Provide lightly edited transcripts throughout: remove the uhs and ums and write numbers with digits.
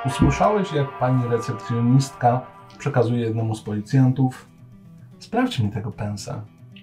Usłyszałeś, jak pani recepcjonistka przekazuje jednemu z policjantów. Sprawdź mi tego pensa.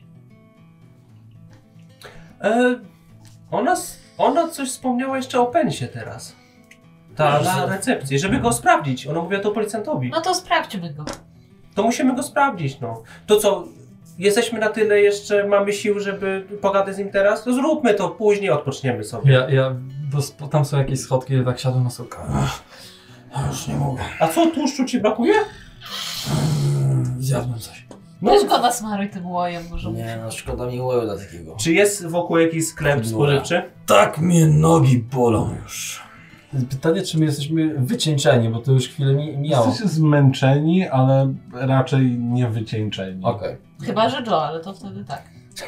Ona coś wspomniała jeszcze o pensie teraz. Na recepcji, żeby go sprawdzić. Ona mówiła to policjantowi. No to sprawdźmy go. To musimy go sprawdzić, no. To co, jesteśmy na tyle jeszcze, mamy sił, żeby pogadać z nim teraz? To zróbmy to, później odpoczniemy sobie. Bo tam są jakieś schodki, tak siadłem na schodkach. Ja już nie mogę. A co, tłuszczu ci brakuje? Zjadłem coś. Weź go nasmaruj tym łojem może. Nie, no szkoda mi łoju dla takiego. Czy jest wokół jakiś sklep spożywczy? Tak mnie nogi bolą już. Pytanie, czy my jesteśmy wycieńczeni, bo to już chwilę mijało. Jesteście zmęczeni, ale raczej nie wycieńczeni. Okej. Chyba, że Joe, ale to wtedy tak.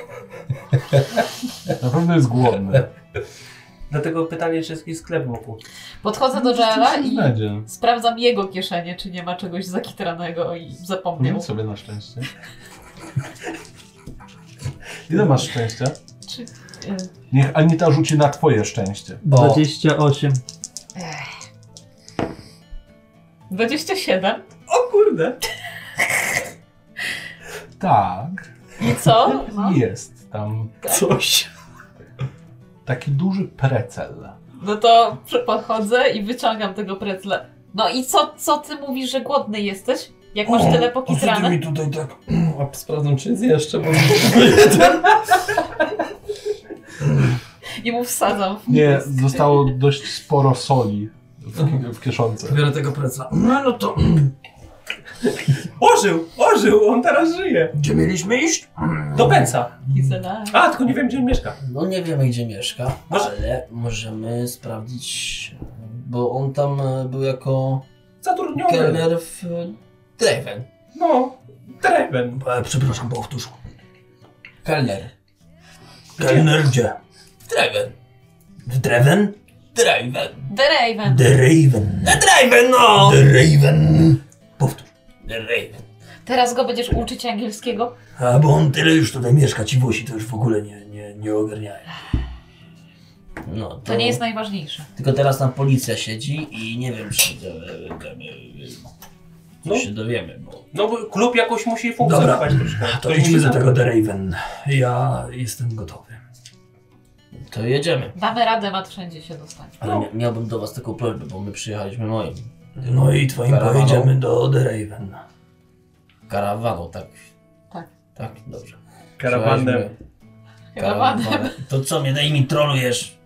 Na pewno jest głodny. Dlatego pytanie, czy jest jakiś sklep wokół. Podchodzę do Joela i Znajdzie. sprawdzam jego kieszenie, czy nie ma czegoś zakitranego i zapomniał. Rzuć sobie na szczęście. Ile masz szczęścia? Czy, Niech Anita rzuci na twoje szczęście. 28. 27? O kurde! Tak. I co? No. Jest tam Coś. taki duży precel. No to podchodzę i wyciągam tego precla. No i co ty mówisz, że głodny jesteś? Jak masz tyle Co ty pokitrane? mi tutaj tak... A sprawdzam, czy jest jeszcze, bo... I mu wsadzam. Nie, zostało dość sporo soli w kieszonce. Biorę tego preca. No to... Ożył, on teraz żyje. Gdzie mieliśmy iść? Do pensa. Kizela. A, tylko nie wiem, gdzie on mieszka. No nie wiemy, gdzie mieszka, Może- ale możemy sprawdzić, bo on tam był jako Zatrudniony. kelner w Draven. No, Draven. Przepraszam, powtórz. Kelner. Kelner gdzie? W Draven. W Dreven? Draven. The Raven. The Raven. Draven, no! The Raven. Powtórz. The Raven. Teraz go będziesz uczyć angielskiego? A bo on tyle już tutaj mieszka, ci Włosi to już w ogóle nie ogarniają. No, To nie jest najważniejsze. Tylko teraz tam policja siedzi i nie wiem, czy No. się dowiemy, bo... No bo klub jakoś musi funkcjonować troszkę. To idźmy do tego The Raven. Ja jestem gotowy. To jedziemy. Damy radę, Mat wszędzie się dostać. Ale miałbym do was taką prośbę, bo my przyjechaliśmy moim No i twoim Karawaną. pojedziemy do The Raven. karawaną, tak? Tak. Tak, dobrze. Karawanem. Przyjechaliśmy Karawanem. To co, mnie daj mi trolujesz?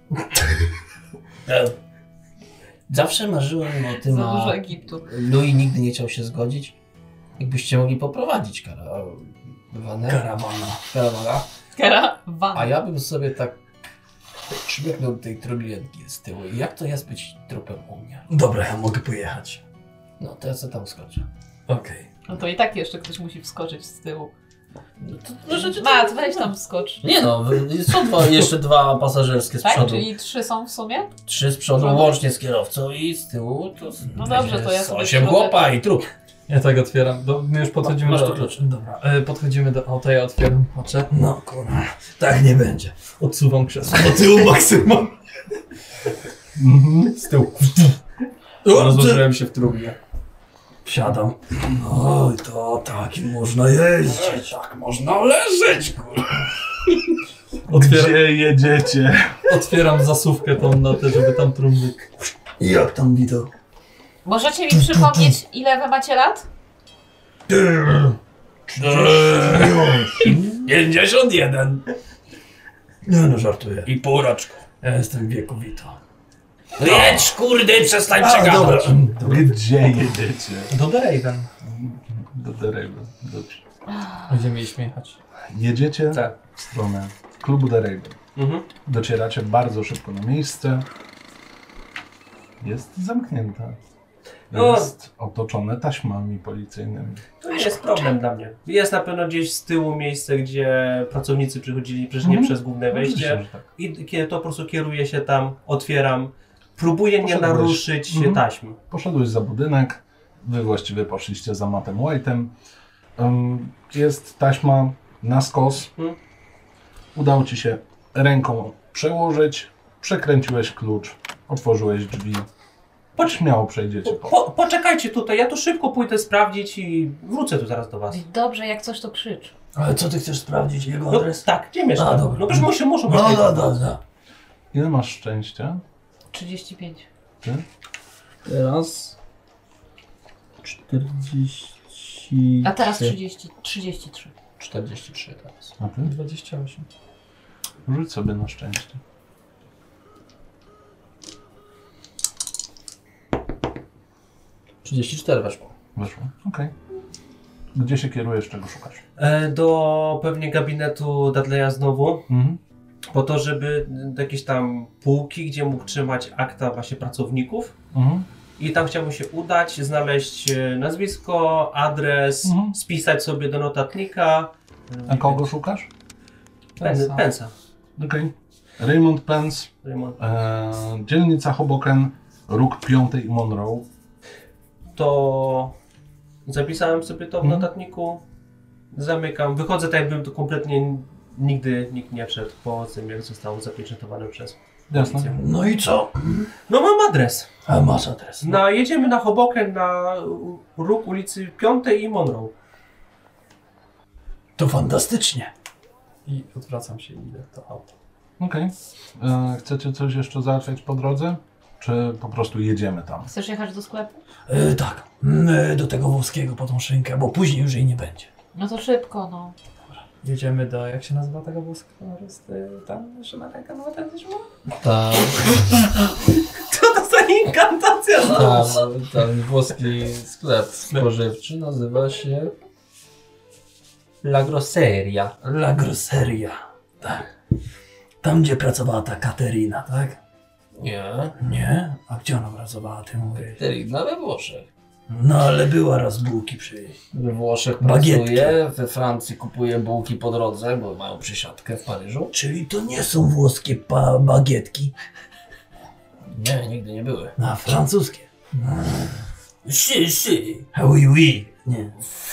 Zawsze marzyłem o tym, Za dużo a Egiptu. Louis nigdy nie chciał się zgodzić. Jakbyście mogli poprowadzić karawanę. Karawana. Karawan. A ja bym sobie tak przybiegł do tej trubienki z tyłu. Jak to jest być trupem u mnie? Dobra, ja mogę pojechać. No to ja sobie tam skoczę. Okej. No to i tak jeszcze ktoś musi wskoczyć z tyłu. No to możecie Mat, weź tam wskocz. Nie no, są jeszcze dwa pasażerskie z Tak? przodu. Czyli 3 są w sumie? 3 z przodu przodu. łącznie z kierowcą i z tyłu to No dobrze, to ja sobie 8 środek. chłopa i trup. Ja tak otwieram. My już podchodzimy Masz do... tu klucz. Dobra, podchodzimy do auta, ja otwieram, patrzę. No kurwa, tak nie będzie. Odsuwam krzesło do tyłu maksimum. Z tyłu. Rozłożyłem się w trumnie. Wsiadam. No i to tak można jeździć, tak można leżeć, kurwa. Gdzie jedziecie? Otwieram zasuwkę tą na te, żeby tam trumny. Jak tam widok? Możecie mi przypomnieć, ile wy macie lat? 51 Nie no, żartuję. i pół roczku. Ja jestem wiekowito. No jedź kurde, przestań Dobra. przegadać. Gdzie jedziecie? Do The Raven. Do The Raven. Dobrze. Gdzie mieliśmy jechać? Jedziecie Tak. w stronę klubu The Raven. Mhm. Docieracie bardzo szybko na miejsce. Jest zamknięte. No. Jest otoczone taśmami policyjnymi. To nie jest problem dla mnie. Jest na pewno gdzieś z tyłu miejsce, gdzie pracownicy przychodzili, przecież nie przez główne wejście. Oczywiście, że tak. I to po prostu kieruję się tam, otwieram. Próbuję nie Poszedłeś. naruszyć taśm. Poszedłeś za budynek, wy właściwie poszliście za Mattem White'em. Jest taśma na skos. Udało ci się ręką przełożyć, przekręciłeś klucz, otworzyłeś drzwi Śmiało przejdziecie po. Poczekajcie tutaj, ja tu szybko pójdę sprawdzić i wrócę tu zaraz do was. Dobrze, jak coś to krzycz. Ale co ty chcesz sprawdzić? Jego No adres? tak, gdzie mieszka? A, dobra. No przecież muszą No, mieszkać. dobra. Ile masz szczęścia? 35. Ty? Teraz 40. A teraz 33. 43 teraz. A ty? 28. Rzuć sobie na szczęście. weszło. Weszło. Okej. Gdzie się kierujesz, czego szukasz? Do pewnie gabinetu Dudleya znowu, po to, żeby jakieś tam półki, gdzie mógł trzymać akta właśnie pracowników. I tam chciałbym się udać, znaleźć nazwisko, adres, spisać sobie do notatnika. A kogo szukasz? Pensa. Okej. Raymond Pence, Raymond. dzielnica Hoboken, róg 5 i Monroe. To zapisałem sobie to w notatniku, zamykam, wychodzę tak jakbym to kompletnie nigdy nikt nie wszedł po tym, jak zostało zapieczętowane przez Jasne. policję. No i co? No mam adres. A masz adres. Jedziemy na Hoboken, na róg ulicy 5 i Monroe. To fantastycznie. I odwracam się i idę do auta. Okej. Chcecie coś jeszcze załatwiać po drodze? Czy po prostu jedziemy tam? Chcesz jechać do sklepu? Tak, do tego włoskiego po tą szynkę, bo później już jej nie będzie. No to szybko, no. Jedziemy do, jak się nazywa taka włoska? Tam jeszcze na rękę, no ten też ma? Tam, Co to za inkantacja? ten włoski sklep spożywczy nazywa się La Grosseria. La Grosseria. Tak. Tam, gdzie pracowała ta Katerina, tak? Nie, Nie? A gdzie ona pracowała, ty mówisz? Katerina we Włoszech. No ale była raz bułki przyjeść. We Włoszech Bagietki. pracuje, we Francji kupuje bułki po drodze, bo mają przysiadkę w Paryżu. Czyli to nie są włoskie bagietki, Nie, nigdy nie były. a francuskie. Si. Oui, oui. Nie.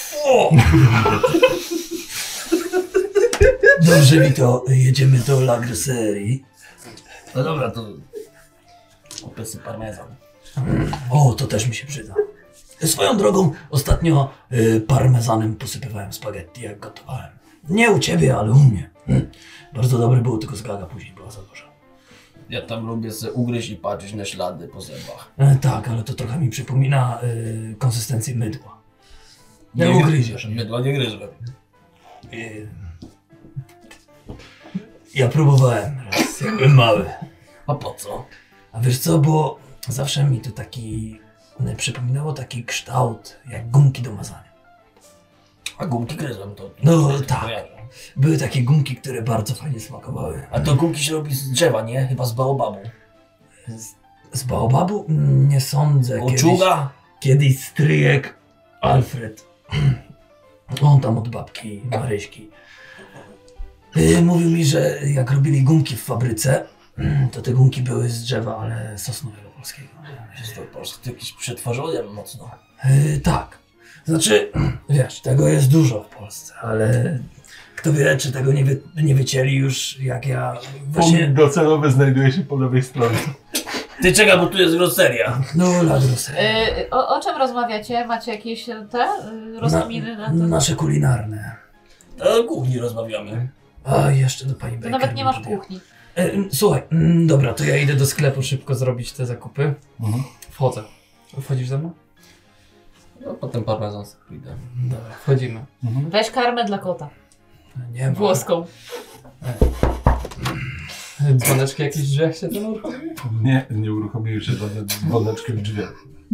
Dobrze, Vito, jedziemy do La Grosserii. No dobra, to opysy parmezan. O, to też mi się przyda. Swoją drogą, ostatnio parmezanem posypywałem spaghetti, jak gotowałem. Nie u ciebie, ale u mnie. Bardzo dobry był, tylko zgaga później była za duża. Ja tam lubię sobie ugryźć i patrzeć na ślady po zębach. Tak, ale to trochę mi przypomina konsystencję mydła. Nie ugryziesz. Mydła nie gryzłem. Ja próbowałem raz, jak byłem mały. A po co? A wiesz co, bo zawsze mi to przypominało taki kształt, jak gumki do mazania. A gumki gryzłem to. No to tak. kojarzę. Były takie gumki, które bardzo fajnie smakowały. A to gumki się robi z drzewa, nie? Chyba z baobabu. Z baobabu? Nie sądzę. Oczuga? Kiedyś stryjek Alfred, on tam od babki Maryśki, mówił mi, że jak robili gumki w fabryce, to te gumki były z drzewa, ale sosnowego polskiego. Jest to po prostu jakiś przetworzony mocno. Tak. Znaczy, wiesz, tego jest dużo w Polsce, ale kto wie, czy tego nie wycięli już, jak ja właśnie... Punkt docelowy znajduje się po lewej stronie. Ty czekaj, bo tu jest grosseria. No, La Grosseria. O czym rozmawiacie? Macie jakieś te rozkminy na to? Nasze kulinarne. To o kuchni rozmawiamy. A, jeszcze do pani To Baker. nawet nie masz bym kuchni. Słuchaj, dobra, to ja idę do sklepu. Szybko zrobić te zakupy. Wchodzę. Wchodzisz ze mną? No potem parmezan sobie pójdę. Dobra, Wchodzimy. Weź karmę dla kota. nie ma. Włoską. Dzwoneczki jakieś w drzwiach się ten uruchomiły? Nie uruchomiły się żadne dzwoneczki w drzwiach.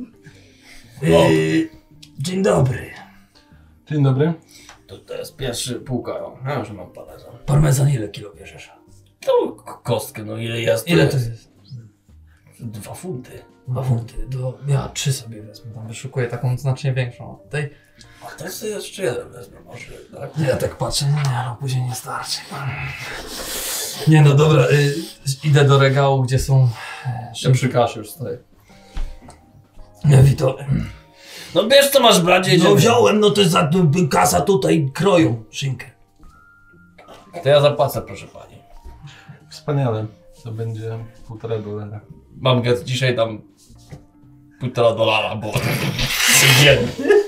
Dzień dobry. Dzień dobry. To jest pierwszy półka. Ja już mam parmezan. Parmezan ile kilo bierzesz? To kostkę, no ile jest? Ile to jest? 2 funty. 2 funty. Ja 3 sobie wezmę. Tam wyszukuję taką znacznie większą. Tutaj A teraz sobie jeszcze jeden wezmę może, tak? Ja tak patrzę, no później nie starczy. Nie no dobra, idę do regału, gdzie są... Ja przy kasie już stoję. Wito, No wiesz co masz brać, jedziemy. no wziąłem, no to jest kasa tutaj, kroją szynkę. To ja zapłacę, proszę pani. Wspaniale. To będzie $1,5. Mam dzisiaj tam $1,5 było. Dziennie.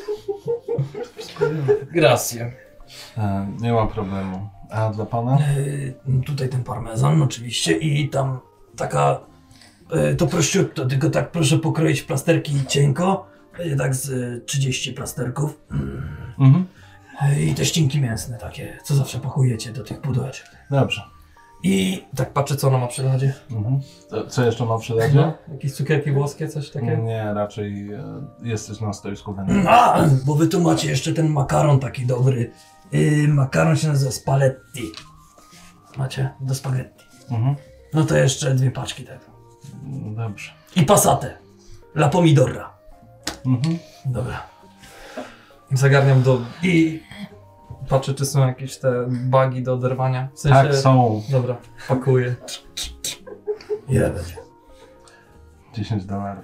Grazie. Nie ma problemu. A dla pana? Tutaj ten parmezan oczywiście i tam taka to prosciutto, tylko tak proszę pokroić plasterki cienko. Będzie tak z 30 plasterków. Mhm. I te ścinki mięsne takie, co zawsze pakujecie do tych pudełeczek. Dobrze. I tak patrzę, co ona ma przy ladzie. Mhm. Co jeszcze ma przy ladzie? No, jakieś cukierki włoskie, coś takiego? Nie, raczej jesteś na stoisku wędrowym. A, bo wy tu macie jeszcze ten makaron taki dobry. Makaron się nazywa spaghetti. Macie? Do spaghetti. Mhm. No to jeszcze 2 paczki tego. Dobrze. I passate. La pomidora. Mhm. Dobra. Zagarniam do... I Patrzę, czy są jakieś te bagi do oderwania. W sensie... Tak, są. Dobra, pakuję. ile będzie? $10.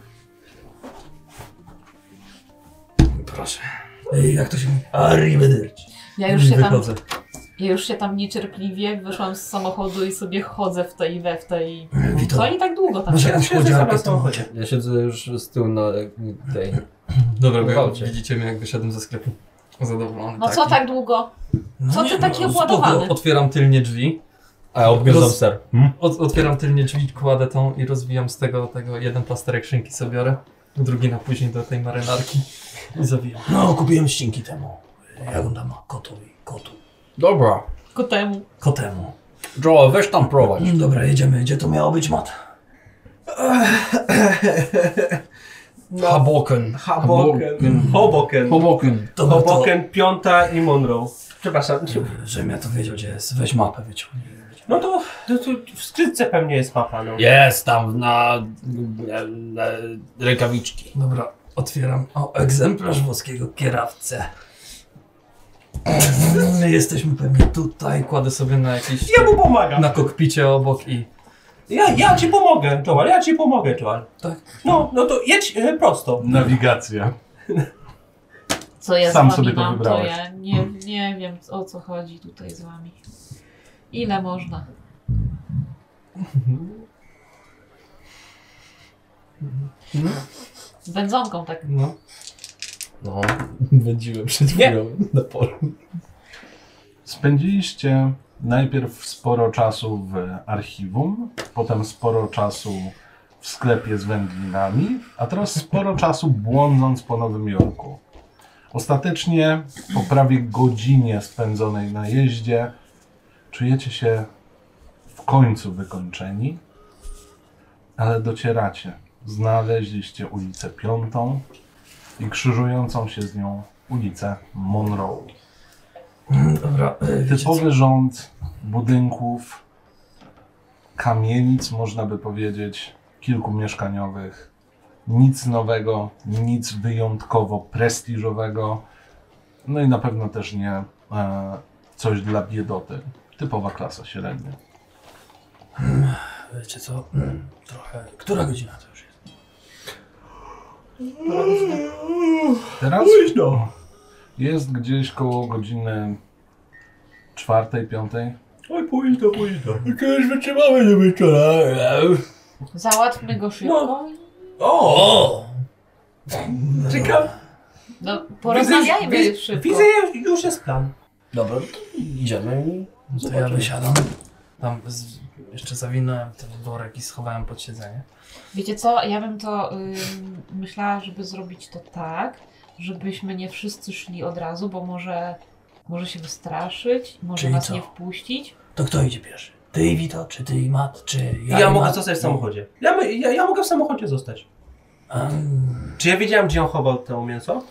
Proszę. Jak to się mówi? Arrivederci. Ja już się tam niecierpliwie wyszłam z samochodu i sobie chodzę w tej. Wito, Co oni tak długo tam masz siedzą? jakąś podziałkę w tym macie? Ja siedzę już z tyłu na tej... Dobra, bo Gwałcie. widzicie mnie, jak wyszedłem ze sklepu. Zadowolony. No co tak długo? No Co nie, ty taki no, obładowany? Otwieram tylnie drzwi. A ja obgryzam ser. Otwieram tylnie drzwi, kładę tą i rozwijam z tego jeden plasterek szynki sobie biorę. Drugi na później do tej marynarki. I zawijam. No, kupiłem ścinki temu. Jak on tam ma? Kotu. Dobra. Ku temu. Kotemu. Joe, weź tam prowadź. Dobra, jedziemy. Gdzie to miało być, Mat? Haboken. Hoboken. Dobra, to, Hoboken, Piąta i Monroe. Przepraszam. żebym ja to wiedział, gdzie jest. Weź mapę, wyciągnij. No to w skrytce pewnie jest mapa, no. Jest tam na rękawiczki. Dobra, otwieram. O, egzemplarz włoskiego kierawcę. My jesteśmy pewnie tutaj. Kładę sobie na jakiś... Ja mu pomagam. Na kokpicie obok i... Ja ci pomogę, Joel. Tak. No to jedź prosto. Nawigacja. Co ja Sam z wami sobie to mam, wybrałeś. to ja nie wiem o co chodzi tutaj z wami. Ile można? Z wędzonką tak. No. No, wędziłem przed chwilą na polu. Spędziliście najpierw sporo czasu w archiwum, potem sporo czasu w sklepie z wędlinami, a teraz sporo czasu błądząc po Nowym Jorku. Ostatecznie, po prawie godzinie spędzonej na jeździe, czujecie się w końcu wykończeni, ale docieracie. Znaleźliście ulicę Piątą i krzyżującą się z nią ulicę Monroe. Dobra, wiecie co? Typowy rząd budynków, kamienic, można by powiedzieć, kilkumieszkaniowych. Nic nowego, nic wyjątkowo prestiżowego. No i na pewno też nie coś dla biedoty. Typowa klasa średnia. Wiecie co? Trochę... Która godzina to już jest? Teraz jest gdzieś koło godziny 4, 5. Oj, pójdź to. Już wytrzymamy do wieczora. Załatwmy go szybko. O! Czekam. No, porozmawiajmy szybko. Widzę, już jest plan. Dobra, to idziemy i To ja wysiadam. Tam jeszcze zawinąłem ten worek i schowałem pod siedzenie. Wiecie co, ja bym to myślała, żeby zrobić to tak, żebyśmy nie wszyscy szli od razu, bo może się wystraszyć, może Czyli nas co? nie wpuścić. To kto idzie pierwszy? Ty i Vito, czy ty i Matt, czy ja Ja i mogę Matt? zostać w samochodzie. Ja mogę w samochodzie zostać. Czy ja wiedziałem, gdzie on chował to mięso?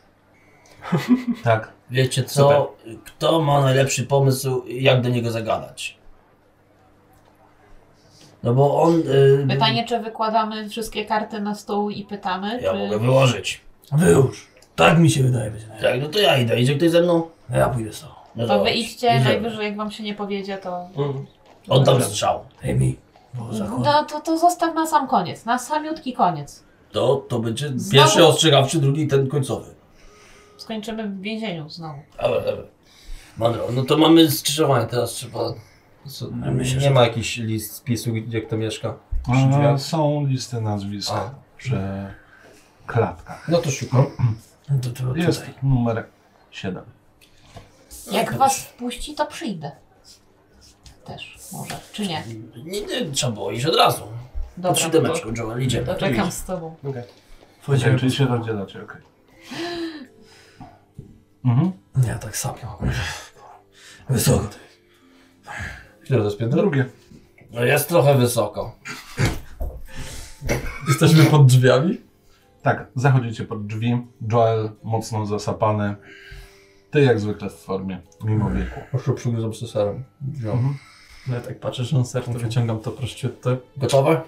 Tak. wiecie co? Kto ma najlepszy pomysł, jak do niego zagadać? No bo on... Pytanie, czy wykładamy wszystkie karty na stół i pytamy, Ja czy... mogę wyłożyć. Wyłóż. Tak mi się wydaje będzie najlepiej. Tak, no to ja idę. Idzie ktoś ze mną? Ja pójdę z tobą. No To chodź, wy idźcie, idziemy. najwyżej jak wam się nie powiedzie, to... Oddam strzał. Amy, bo zakład... No to zostaw na sam koniec, na samiutki koniec. To będzie Znowu? pierwszy ostrzegawczy, drugi ten końcowy. Skończymy w więzieniu znowu. Dobra. Mądro, no to mamy skrzyżowanie, teraz trzeba... myślę, nie że- ma jakichś list spisu, gdzie kto mieszka? Są listy nazwisk A. przy klatkach. No to szukam. To Jest tutaj. numer 7. Jak was wpuści, to przyjdę. Też może, czy nie? Nie, trzeba było iść od razu. Dobra, Pod 7, Joel, idziemy. to czekam z tobą. Okay. Okay, czyli się rozdzielacie, okej. Mhm. Ja tak samo. Wysoko. Które to jest piętro? Drugie. No jest trochę wysoko. Jesteśmy pod drzwiami? Tak, zachodzicie pod drzwi. Joel mocno zasapany. Ty jak zwykle w formie, mimo wieku. Proszę przygryzam z serem. Mhm. No ja tak patrzę, że on ser, to wyciągam to prościutko. Gotowe?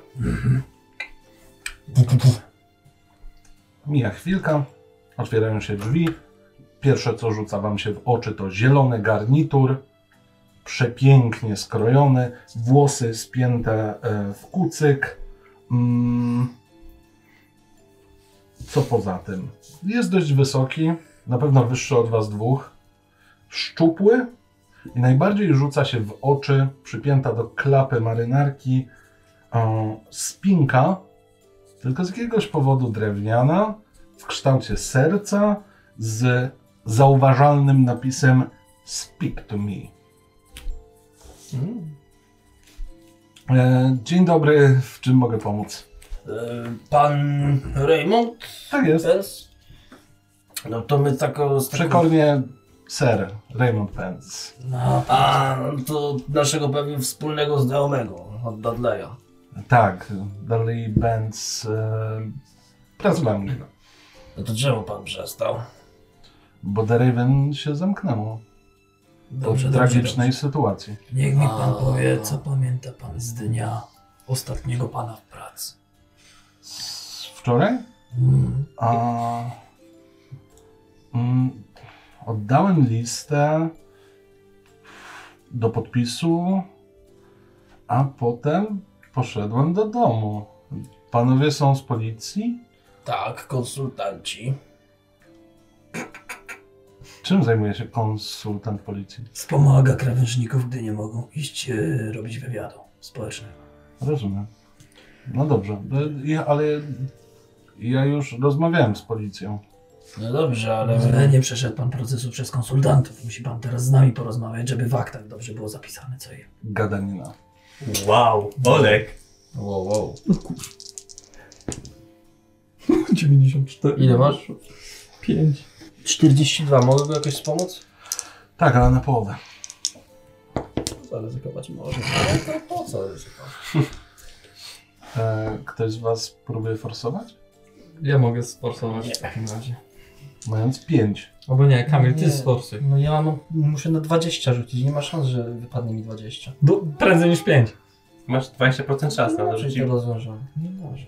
Mija chwilka, otwierają się drzwi. Pierwsze co rzuca wam się w oczy to zielony garnitur, przepięknie skrojony, włosy spięte w kucyk. Co poza tym? Jest dość wysoki, na pewno wyższy od was dwóch, szczupły i najbardziej rzuca się w oczy przypięta do klapy marynarki spinka, tylko z jakiegoś powodu drewniana, w kształcie serca, z zauważalnym napisem Speak to me. Dzień dobry, w czym mogę pomóc? Pan Raymond? Tak jest. Pence? No to my Przekornie Sir Raymond Pence. No, A, to naszego pewnie wspólnego znajomego od Dudleya. Tak, Dudley Pence pracowałem u niego. No to czemu pan przestał? Bo The Raven się zamknęło. dobrze, w dobrze, tragicznej dobrze. sytuacji. Niech mi pan powie, co pamięta pan z dnia ostatniego pana w pracy. Wczoraj? Oddałem listę do podpisu, a potem poszedłem do domu. Panowie są z policji? Tak, konsultanci. Czym zajmuje się konsultant policji? Wspomaga krawężników, gdy nie mogą iść robić wywiadu społecznego. Rozumiem. No dobrze, ale ja już rozmawiałem z policją. No dobrze, ale... Ale nie przeszedł pan procesu przez konsultantów. Musi pan teraz z nami porozmawiać, żeby w aktach dobrze było zapisane, co je. Gadanina. Wow, Olek. Wow. 94. Ile masz? 5. 42, mogę go jakoś wspomóc? Tak, ale na połowę. Zaryzykować może. Ale to po co ryzykować? Ktoś z was próbuje forsować? Ja mogę sforsować w takim razie. Mając 5. Albo nie, Kamil, ty Nie. sforsuj. No ja muszę na 20 rzucić, nie ma szans, że wypadnie mi 20. Prędzej niż 5. Masz 20% szans na to, Czyli że to rozwiążę. Nie może.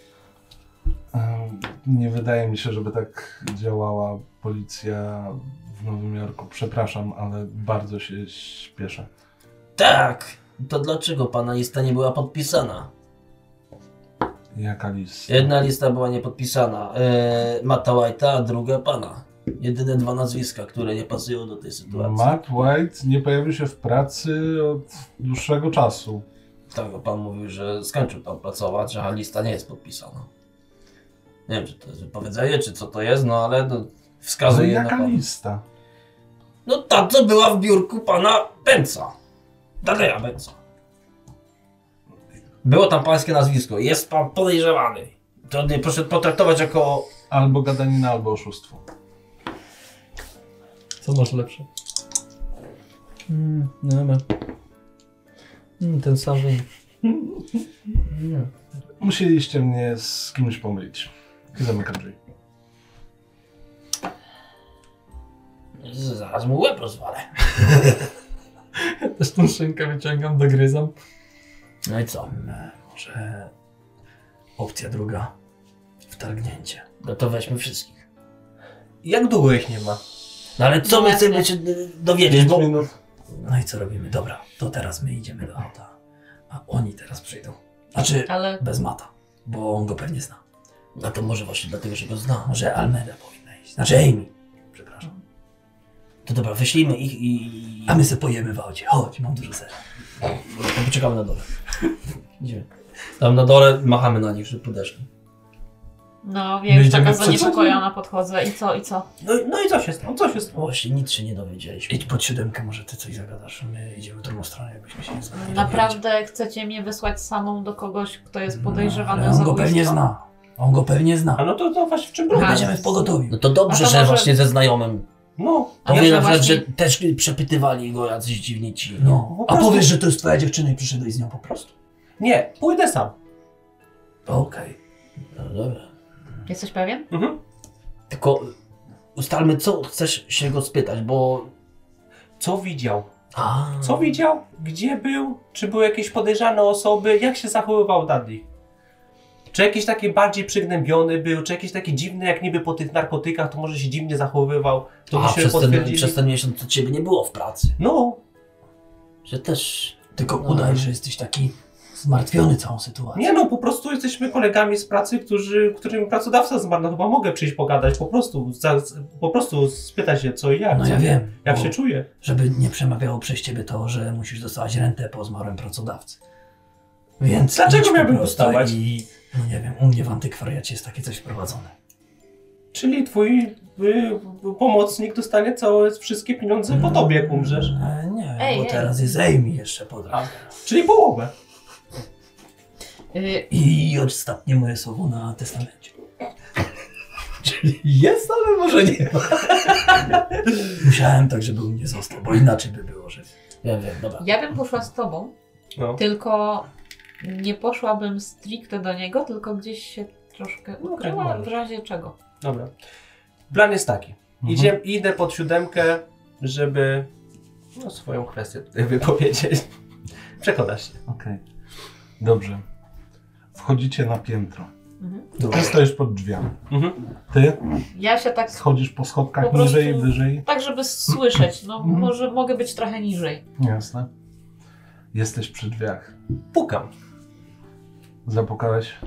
Nie wydaje mi się, żeby tak działała policja w Nowym Jorku. Przepraszam, ale bardzo się śpieszę. Tak! To dlaczego pana lista nie była podpisana? Jaka lista? Jedna lista była niepodpisana. Matta White'a, a druga pana. Jedyne 2 nazwiska, które nie pasują do tej sytuacji. Matt White nie pojawił się w pracy od dłuższego czasu. Tak, bo pan mówił, że skończył tam pracować, a lista nie jest podpisana. Nie wiem, czy to jest wypowiedzenie, czy co to jest, no ale no, Ale wskazuje na jaka pana. lista? No ta, co była w biurku pana Pence'a. Dudleya Pence'a. Było tam pańskie nazwisko. Jest pan podejrzewany. To nie proszę potraktować jako... Albo gadanina, albo oszustwo. Co masz lepsze? Dobra. Ten sam wynik. Musieliście mnie z kimś pomylić. I zamykam drzwi. Zaraz mu łeb rozwalę. Też tą szynkę wyciągam, dogryzam. No i co? Może opcja druga. Wtargnięcie. No to weźmy wszystkich. Jak długo ich nie ma? No ale co my chcemy się dowiedzieć, bo... minut. No i co robimy? Dobra, to teraz my idziemy do auta. A oni teraz przyjdą. Znaczy, Ale bez Mata, bo on go pewnie zna. No to może właśnie dlatego, że go znam. Może Almeda powinna iść. Znaczy Amy. Przepraszam. To dobra, wyślijmy ich i... A my se pojemy w aucie. Chodź, mam dużo sera. To poczekamy na dole. Idziemy. Tam na dole machamy na nich, żeby podeszli. No, ja już Będziemy taka w przedszkolu? zaniepokojona podchodzę. I co, i co? No i co się stało? Co się stało? Właśnie nic się nie dowiedzieliśmy. Idź pod 7, może ty coś zagadasz. My idziemy w drugą stronę, jakbyśmy się nie znali. Naprawdę chcecie mnie wysłać samą do kogoś, kto jest podejrzewany Ale o on go zabójstwo? pewnie zna. On go pewnie zna. A no to właśnie w czym My problem? będziemy w pogotowiu. No to dobrze, A to że może- właśnie ze znajomym. No, A Powie może na przykład, właśnie- że też przepytywali go jacyś dziwni ci. No. po A prostu- powiesz, że to jest twoja dziewczyna i przyszedłeś z nią po prostu. nie, pójdę sam. Okej. No dobra. Jesteś pewien? Mhm. Tylko ustalmy, co chcesz się go spytać, bo... Co widział? A. Co widział? Gdzie był? Czy były jakieś podejrzane osoby? Jak się zachowywał Dudley? Czy jakiś taki bardziej przygnębiony był? Czy jakiś taki dziwny, jak niby po tych narkotykach, to może się dziwnie zachowywał? To A byśmy przez ten miesiąc to ciebie nie było w pracy. No, Że też... Tylko No. udaj, że jesteś taki zmartwiony całą sytuacją. nie no, po prostu jesteśmy kolegami z pracy, którym pracodawca zmarł. No chyba mogę przyjść pogadać, po prostu spytać się co i jak. No co, ja wiem. Jak bo się czuje. Żeby nie przemawiało przez ciebie to, że musisz dostawać rentę po zmarłym pracodawcy. Więc Dlaczego idź po miałbym prostu dostawać? I, no nie wiem, u mnie w antykwariacie jest takie coś wprowadzone. Czyli twój pomocnik dostanie wszystkie pieniądze po tobie, jak umrzesz. Nie wiem, Ej, bo ej. teraz jest Amy jeszcze po drodze. Czyli połowę. I ostatnie moje słowo na testamencie. Czyli jest, ale może nie ma. Musiałem tak, żeby u mnie został, bo inaczej by było, że... Ja wiem, dobra. Ja bym poszła z tobą, No. tylko nie poszłabym stricte do niego, tylko gdzieś się troszkę No, ukryła, tak w razie czego. Dobra. Plan jest taki. Idę pod 7, żeby swoją kwestię tutaj wypowiedzieć. Przekonasz się. Okej. Dobrze. Wchodzicie na piętro. Mhm. Ty stoisz pod drzwiami. Mhm. Ty Ja się tak, schodzisz po schodkach Po prostu- niżej, wyżej. tak żeby słyszeć, no Mhm. może mogę być trochę niżej. Jasne. Jesteś przy drzwiach. Pukam. Zapukałeś.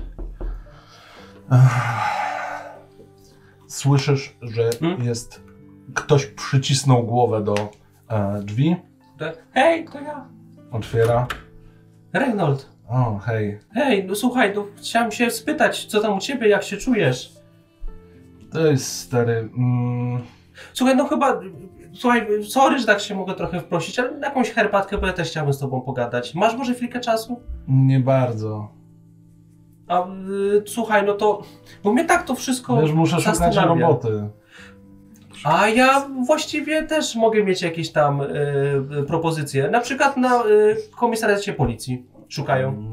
Słyszysz, że jest... Ktoś przycisnął głowę do drzwi. Hej, to ja. Otwiera. Reynold. O, hej. Hej, no słuchaj, no, chciałem się spytać, co tam u ciebie, jak się czujesz? To jest stary... Słuchaj, no chyba... Słuchaj, sorry, że tak się mogę trochę wprosić, ale na jakąś herbatkę, bo ja też chciałbym z tobą pogadać. Masz może chwilkę czasu? nie bardzo. A słuchaj, no to... Bo mnie tak to wszystko Wiesz, muszę szukać zastanawia. roboty. A ja właściwie też mogę mieć jakieś tam propozycje. Na przykład na komisariacie policji szukają.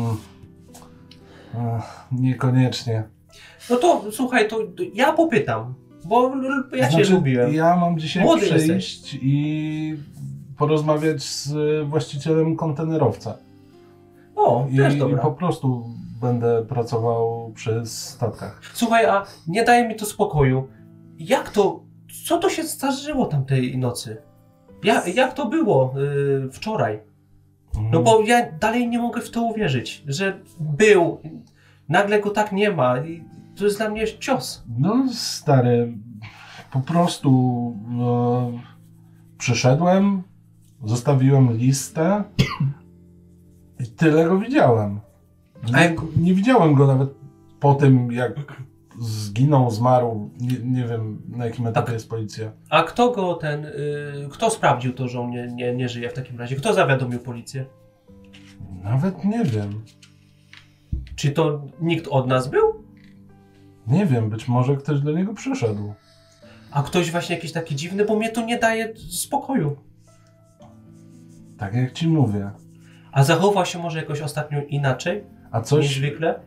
Niekoniecznie. No to słuchaj, to ja popytam, bo ja cię lubiłem. Ja mam dzisiaj Młody przyjść i porozmawiać z właścicielem kontenerowca. O, też I dobra. po prostu będę pracował przy statkach. Słuchaj, a nie daje mi to spokoju. Jak to, co to się zdarzyło tamtej nocy? Jak to było wczoraj? No bo ja dalej nie mogę w to uwierzyć, że był, nagle go tak nie ma i to jest dla mnie cios. No stary, po prostu przyszedłem, zostawiłem listę i tyle go widziałem. Nie widziałem go nawet po tym, jak zginął, zmarł. Nie wiem, na jakim etapie jest policja. A kto go kto sprawdził to, że on nie żyje w takim razie? Kto zawiadomił policję? Nawet nie wiem. Czy to nikt od nas był? Nie wiem, być może ktoś do niego przyszedł. A ktoś właśnie jakiś taki dziwny, bo mnie to nie daje spokoju. Tak jak ci mówię. A zachował się może jakoś ostatnio inaczej A niż coś, zwykle?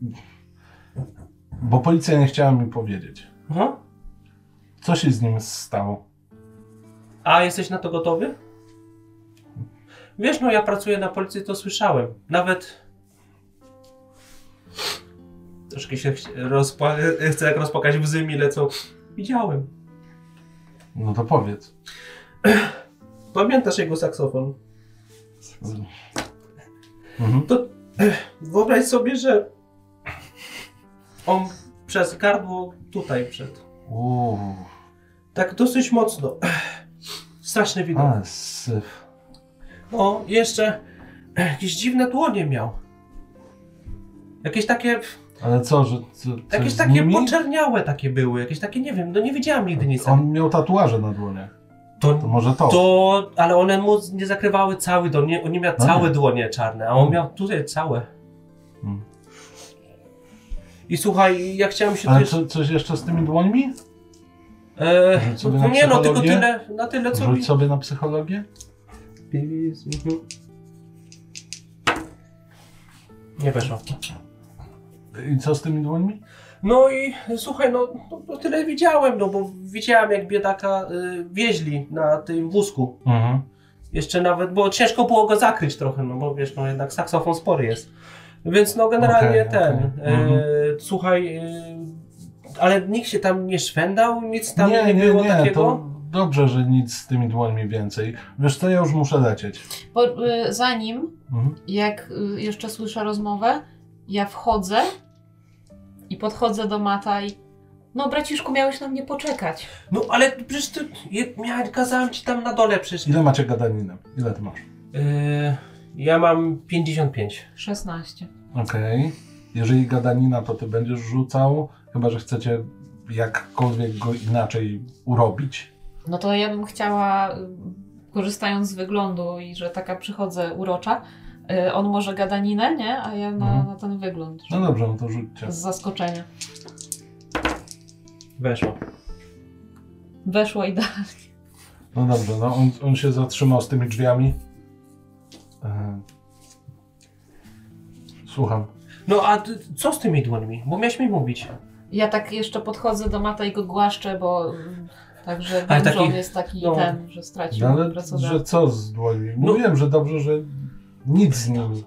bo policja nie chciała mi powiedzieć. Aha. Co się z nim stało? A jesteś na to gotowy? Wiesz, no ja pracuję na policji, to słyszałem. Nawet... Troszkę się chcę jak rozpłakać, łzy mi lecą. Widziałem. No to powiedz. Pamiętasz jego saksofon? Mhm. To wyobraź sobie, że on przez gardło tutaj wszedł. Tak dosyć mocno. Straszny widok. Ale syf. O, jeszcze jakieś dziwne dłonie miał. Jakieś takie... Ale co, że coś Jakieś z takie nimi? poczerniałe takie były, jakieś takie, nie wiem, no nie widziałem nigdy nic. On miał tatuaże na dłoniach. To może to. Ale one mu nie zakrywały cały dłoń, on nie miał No całe nie. dłonie czarne, a on miał tutaj całe. Hmm. I słuchaj, ja chciałem się Ale też... coś jeszcze z tymi dłońmi? Rzuć sobie No na nie, no tylko psychologię. na tyle co mi... Rzuć sobie na psychologię. Nie weszło. I co z tymi dłońmi? No i słuchaj, no tyle widziałem, no bo widziałem jak biedaka wieźli na tym wózku. Mhm. Jeszcze nawet, bo ciężko było go zakryć trochę, no bo wiesz, no jednak saksofon spory jest. Więc no generalnie Okej. słuchaj, ale nikt się tam nie szwendał, nic tam nie było nie, takiego? to dobrze, że nic z tymi dłońmi więcej. Wiesz co, ja już muszę lecieć. Bo, zanim, Mhm. jak jeszcze słyszę rozmowę, ja wchodzę i podchodzę do Mata i no braciszku, miałeś na mnie poczekać. No ale przecież ty, kazałem ci tam na dole przecież. Ile macie gadaninę? Ile ty masz? Ja mam 55. 16. Okej. Jeżeli gadanina, to ty będziesz rzucał, chyba że chcecie jakkolwiek go inaczej urobić. No to ja bym chciała, korzystając z wyglądu i że taka przychodzę urocza, on może gadaninę, nie? A ja na ten wygląd. No dobrze, no to rzućcie. Z zaskoczenia. Weszło. Weszło idealnie. No dobrze, no on się zatrzymał z tymi drzwiami. Słucham. No a co z tymi dłońmi? Bo miałeś mi mówić. Ja tak jeszcze podchodzę do Mata i go głaszczę, bo także Ale wiem, że taki- on jest taki no. ten, że stracił No ale pracodawcę. że co z dłońmi? Mówiłem, że dobrze, że nic z nimi.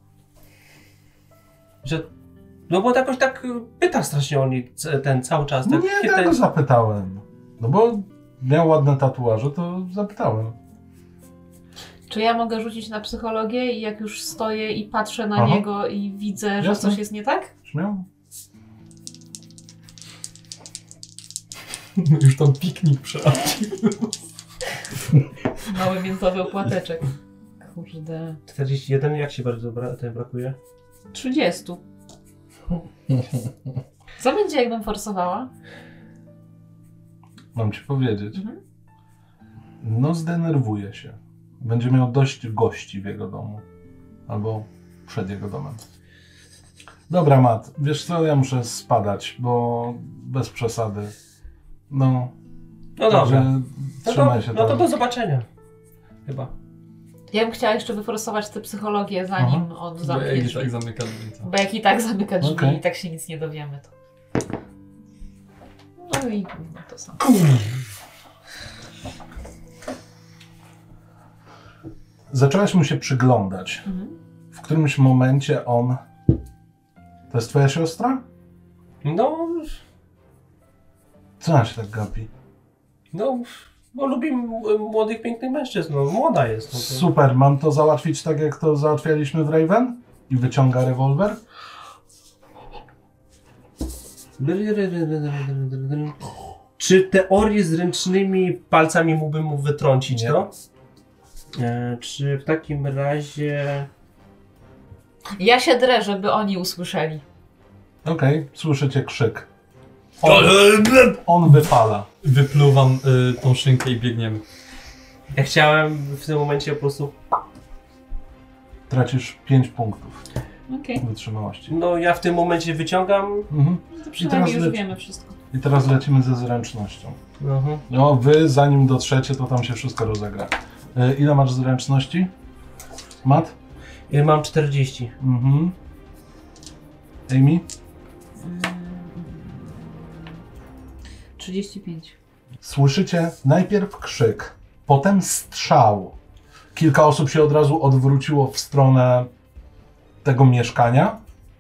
Że... No bo jakoś tak pyta strasznie o nich ten cały czas. Tak, Nie, ja go zapytałem. No bo miał ładne tatuaże, to zapytałem. Czy ja mogę rzucić na psychologię i jak już stoję i patrzę na Aha. niego i widzę, że Jasne. coś jest nie tak? Śmiał? Już tam piknik przechodzi. Mały miętowy opłateczek. Kurde. 41, jak się bardzo brakuje? 30. Co będzie, jakbym forsowała? Mam ci powiedzieć. Mhm. No zdenerwuje się. Będzie miał dość gości w jego domu. Albo przed jego domem. Dobra, Mat, wiesz co, ja muszę spadać, bo bez przesady. No. No także dobra. Trzymaj się No to tam. do zobaczenia. Chyba. Ja bym chciała jeszcze wyforsować tę psychologię, zanim Aha. on Bo zamknie jak i drzwi. tak zamyka drzwi. to- Bo jak i tak zamyka drzwi Okej. i tak się nic nie dowiemy, to... No i no to samo. Zaczęłaś mu się przyglądać. Mhm. W którymś momencie on... To jest twoja siostra? No, Co ona się tak gapi? bo lubi młodych, pięknych mężczyzn. No, młoda jest. No, to... Super, mam to załatwić tak, jak to załatwialiśmy w Raven? I wyciąga rewolwer? Czy teorię z ręcznymi palcami mógłbym mu wytrącić Nie. to? Czy w takim razie... Ja się drę, żeby oni usłyszeli. Okej, słyszycie krzyk. On wypala. Wypluwam tą szynkę i biegniemy. Ja chciałem w tym momencie po prostu... Tracisz 5 punktów Okej. wytrzymałości. No ja w tym momencie wyciągam... Mhm. To przynajmniej już leci- wiemy wszystko. I teraz lecimy ze zręcznością. Mhm. No, wy zanim dotrzecie, to tam się wszystko rozegra. Ile masz zręczności? Mat? Mam 40. Mhm. Amy? 35. Słyszycie najpierw krzyk, potem strzał. Kilka osób się od razu odwróciło w stronę tego mieszkania.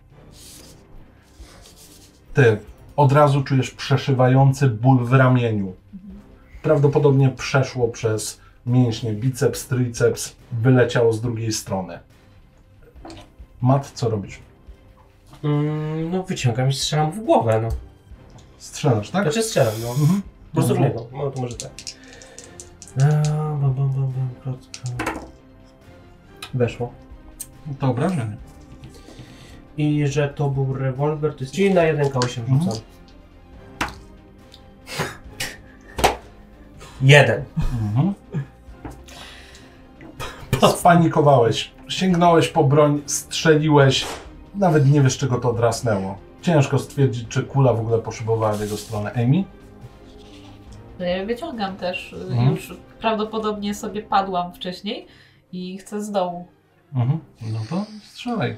Ty od razu czujesz przeszywający ból w ramieniu. Prawdopodobnie przeszło przez mięśnie, biceps, triceps, wyleciało z drugiej strony. Mat, co robisz? No wyciągam i strzelam w głowę, no. Strzelasz, tak? Znaczy strzelam, no. Mhm. Po prostu w Dobrze. niego. No to może tak. Klocka. Weszło. To obrażenie. I że to był rewolwer, to jest... Czyli na 1K8 rzucam. 1. Spanikowałeś, sięgnąłeś po broń, strzeliłeś, nawet nie wiesz, czego to odrasnęło. Ciężko stwierdzić, czy kula w ogóle poszybowała w jego stronę. Amy? Wyciągam też. Już prawdopodobnie sobie padłam wcześniej i chcę z dołu. No to strzelaj.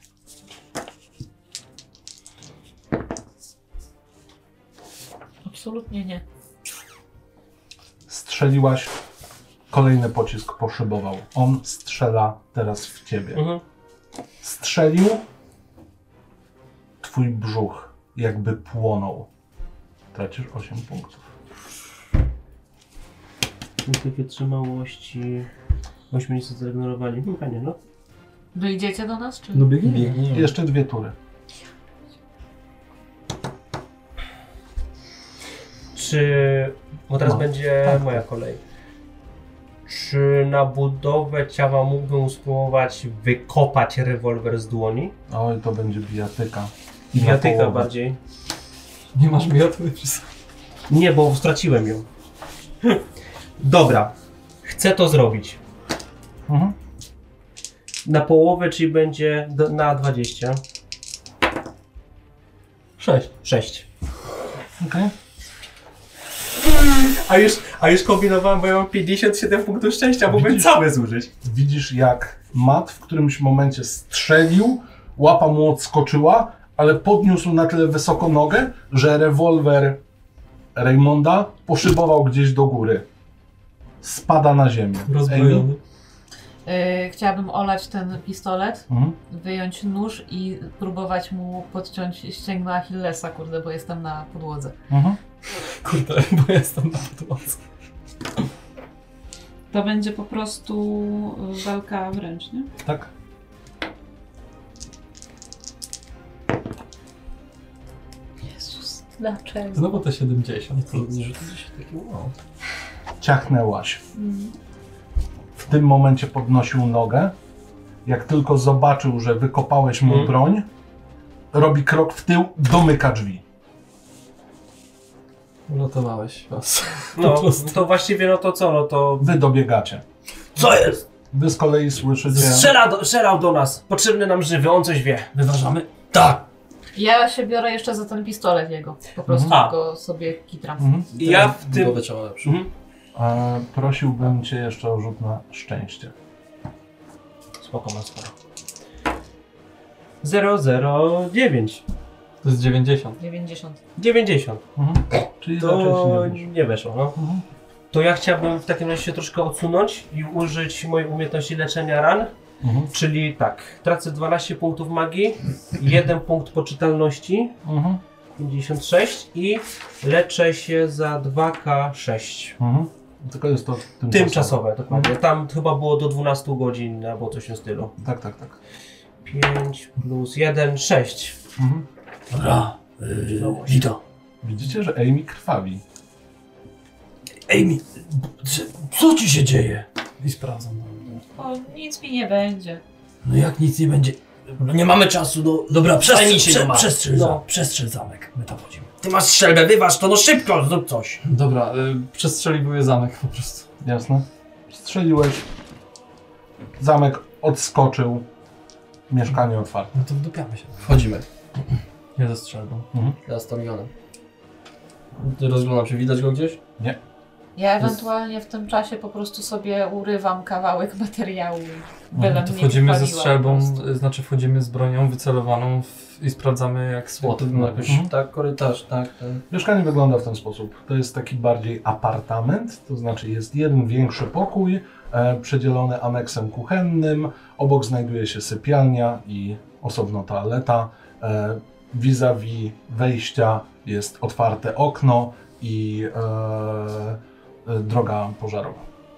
Absolutnie nie. Strzeliłaś, kolejny pocisk poszybował. On strzela teraz w ciebie. Strzelił, twój brzuch jakby płonął. Tracisz 8 punktów. Punkty wytrzymałości. Myśmy nic zregenerowali. Fajnie, no. Wyjdziecie do nas, czy? No biegnie. Jeszcze 2 tury. Czy... Bo teraz No, będzie tak. moja kolej. Czy na budowę ciała mógłbym spróbować wykopać rewolwer z dłoni? Oj, to będzie bijatyka. I na Bijatyka połowę. bardziej. Nie masz mioty przy sobie. Nie, bo straciłem ją. Dobra. Chcę to zrobić. Na połowę, czyli będzie na 20. 6. 6. Okej. A już kombinowałem, bo ja mam 57 punktów szczęścia, mógłbym Widzisz? całe zużyć. Widzisz, jak Matt w którymś momencie strzelił, łapa mu odskoczyła, ale podniósł na tyle wysoko nogę, że rewolwer Raymonda poszybował gdzieś do góry. Spada na ziemię. Rozbrojony. Chciałabym olać ten pistolet, Amy? wyjąć nóż i próbować mu podciąć ścięgno Achillesa, kurde, bo jestem na podłodze. Kurde, bo jestem na podłodze. To będzie po prostu walka wręcz, nie? Tak. Jezus, dlaczego? Znowu te 70. Ciachnęłaś. W tym momencie podnosił nogę. Jak tylko zobaczył, że wykopałeś mu broń, robi krok w tył, domyka drzwi. Uratowałeś was. No, to właściwie no to co, no to... Wy dobiegacie. Co jest? Wy z kolei słyszycie... Strzelał do nas. Potrzebny nam żywy, on coś wie. Wyważamy? Tak! Ja się biorę jeszcze za ten pistolet jego. Po prostu go sobie kitram. I ja w tym... Budowę trzeba lepszą. Prosiłbym cię jeszcze o rzut na szczęście. Spoko, mam sporo. 009. To jest 90. 90. 90. Czyli raczej ci To nie wyszło. nie weszło, no. To ja chciałbym w takim razie się troszkę odsunąć i użyć mojej umiejętności leczenia ran. Czyli tak, tracę 12 punktów magii, 1 punkt poczytalności, 56 i leczę się za 2K6. Tylko jest to Tymczasowe, dokładnie. Tam chyba było do 12 godzin albo coś w tym stylu. Tak. 5 plus 1, 6. Dobra, Vito. Widzicie, że Amy krwawi. Amy, co ci się dzieje? I sprawdzam. O, nic mi nie będzie. No jak nic nie będzie. No nie mamy czasu do... Dobra, przestrzel zamek. My tam chodzimy. Ty masz strzelbę, wyważ to, no szybko, zrób coś. Dobra, przestrzeliwuję zamek po prostu. Jasne? Strzeliłeś. Zamek odskoczył. Mieszkanie otwarte. No to wdupiamy się. Wchodzimy. Ja ze strzelbą. Ja z Tomionem. Rozglądam się, widać go gdzieś? Nie. Ja ewentualnie w tym czasie po prostu sobie urywam kawałek materiału. Byle To mnie wchodzimy nie ze paliła strzelbą, po prostu. znaczy wchodzimy z bronią wycelowaną i sprawdzamy jak słod. No jakoś, tak, korytarz, tak. Mieszkanie wygląda w ten sposób. To jest taki bardziej apartament, to znaczy jest jeden większy pokój, przedzielony aneksem kuchennym. Obok znajduje się sypialnia i osobno toaleta. Vis-a-vis wejścia jest otwarte okno i droga pożarowa.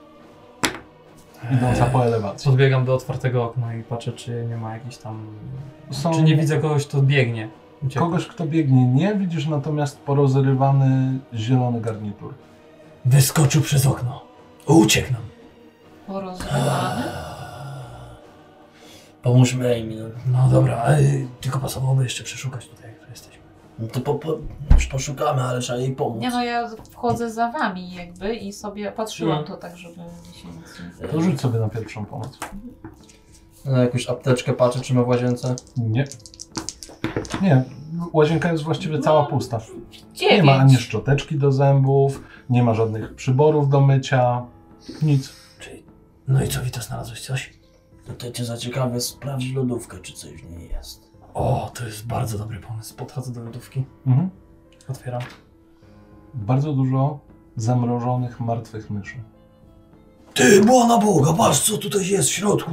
Idąca po elewacji. Podbiegam do otwartego okna i patrzę, czy nie ma jakichś tam... Są Czy nie widzę kogoś, kto biegnie. Ucieka. kogoś, kto biegnie, nie. Widzisz natomiast porozrywany zielony garnitur. Wyskoczył przez okno. Uciekł nam. Porozrywany? Pomóżmy Amy. No dobra, tylko pasowałoby jeszcze przeszukać tutaj, jak tu jesteśmy. No to już poszukamy, ale trzeba jej pomóc. Nie no, ja wchodzę za wami jakby i sobie patrzyłam to tak, żeby się nic nie... To rzuć sobie na pierwszą pomoc. Na jakąś apteczkę patrzę, czy ma w łazience. Nie. Nie, łazienka jest właściwie cała pusta. 9. Nie ma ani szczoteczki do zębów, nie ma żadnych przyborów do mycia, nic. Czyli... No i co, Wito, znalazłeś coś? To cię zaciekawię, sprawdź lodówkę, czy coś w niej jest. O, to jest bardzo dobry pomysł. Podchodzę do lodówki. Mhm. Otwieram. Bardzo dużo zamrożonych, martwych myszy. Ty, błona Boga, patrz co tutaj jest w środku.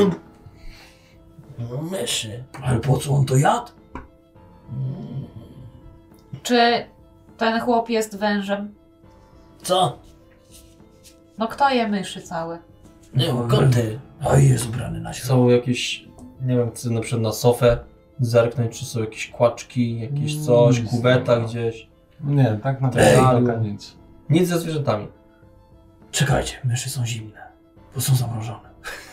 No myszy. Ale po co on to jadł? Czy ten chłop jest wężem? Co? No kto je myszy całe? Nie, koty. A jest ubrany na środku. Są jakieś, nie wiem, chcę na przykład na sofę zerknąć, czy są jakieś kłaczki, jakieś coś, Nic kuweta nie ma. gdzieś. Nie, tak naprawdę nic. Nic ze zwierzętami. Czekajcie, myszy są zimne, bo są zamrożone.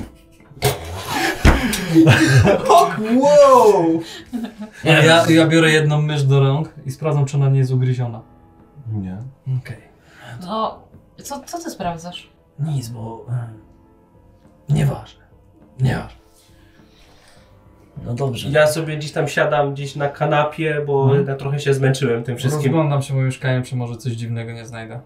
Wow! Ja biorę jedną mysz do rąk i sprawdzam, czy ona nie jest ugryziona. Nie. Okej. No, co ty sprawdzasz? Nic, bo... Nieważne. Nieważne. No dobrze. Ja sobie gdzieś tam siadam gdzieś na kanapie, bo ja trochę się zmęczyłem tym wszystkim. Rozglądam się moim mieszkaniem, czy może coś dziwnego nie znajdę.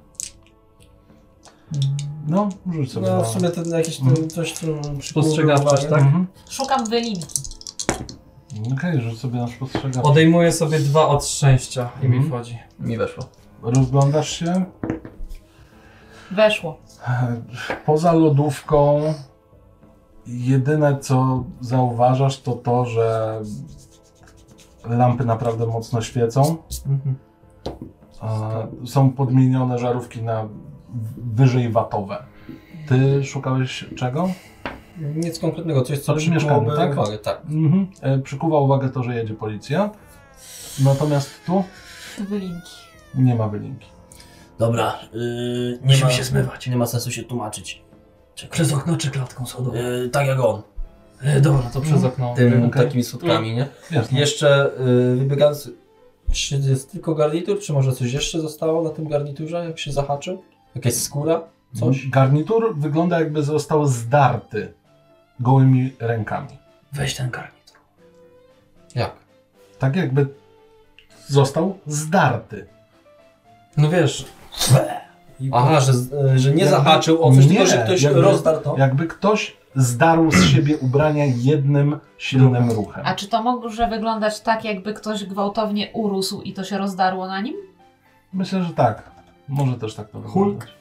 No, rzuć sobie. No na- w sumie to jakieś coś, co Spostrzegawczość, tak? Mhm. Szukam wylinki. Okej, rzuć sobie na spostrzegawczość. Odejmuję sobie 2 od szczęścia i mi Mhm. wchodzi. Mi weszło. Rozglądasz się. Weszło. Poza lodówką jedyne co zauważasz to to, że lampy naprawdę mocno świecą. Mhm. Są podmienione żarówki na wyżej watowe. Ty szukałeś czego? Nic konkretnego, coś co Ale w mieszkaniu, przykułoby tak? uwagę, tak. Przykuwa uwagę to, że jedzie policja. Natomiast tu Wylinki. nie ma wylinki. Dobra, nie Musimy ma się zmywać. Nie ma sensu się tłumaczyć. Przez okno czy klatką schodową? Tak jak on. Dobra, To przez okno. Tym Okej. takimi słupkami, nie? Jasne. Jeszcze wybiegając, czy jest tylko garnitur, czy może coś jeszcze zostało na tym garniturze, jak się zahaczył? Jakaś skóra? Coś? Garnitur wygląda jakby został zdarty gołymi rękami. Weź ten garnitur. Jak? Tak jakby został zdarty. No wiesz, Aha, że nie Jakby- zahaczył o coś, nie, tylko że ktoś jakby- rozdarł to. Jakby ktoś zdarł z siebie ubrania jednym silnym ruchem. A czy to może wyglądać tak, jakby ktoś gwałtownie urósł i to się rozdarło na nim? Myślę, że tak. Może też tak to Hulk? wyglądać.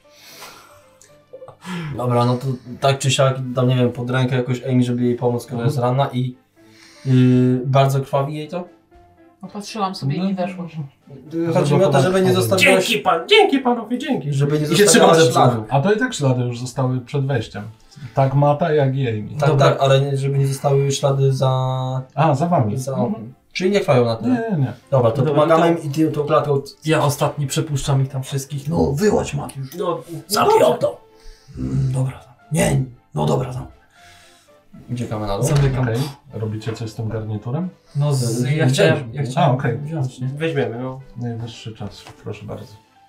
Dobra, no to tak czy siak dam, nie wiem, pod rękę jakoś Amy, żeby jej pomóc, skoro jest ranna i bardzo krwawi jej to? Popatrzyłam sobie i nie weszło. Chodzi mi o to, żeby nie zostawiłaś... Dzięki panowie, dzięki. Żeby nie I się zostawiała trzymam śladów. A to i tak ślady już zostały przed wejściem. Tak Mata, jak i Amy. Tak, Dobra. tak, ale żeby nie zostały ślady za... A, za wami. za oknem. Czyli nie krwawią na tyle. Nie. Dobra, to Dobra, pomagamy to- im i tą klatką... ja ostatni przepuszczam ich tam wszystkich. No, wyłaź Matiusz. No, Zamknij okno. Dobra. Nie, no dobra, tam. Uciekamy na dół. Zamykam. Okej. Robicie coś z tym garniturem? No, ja chciałem okej. wziąć, nie? weźmiemy, no. Najwyższy czas, proszę bardzo.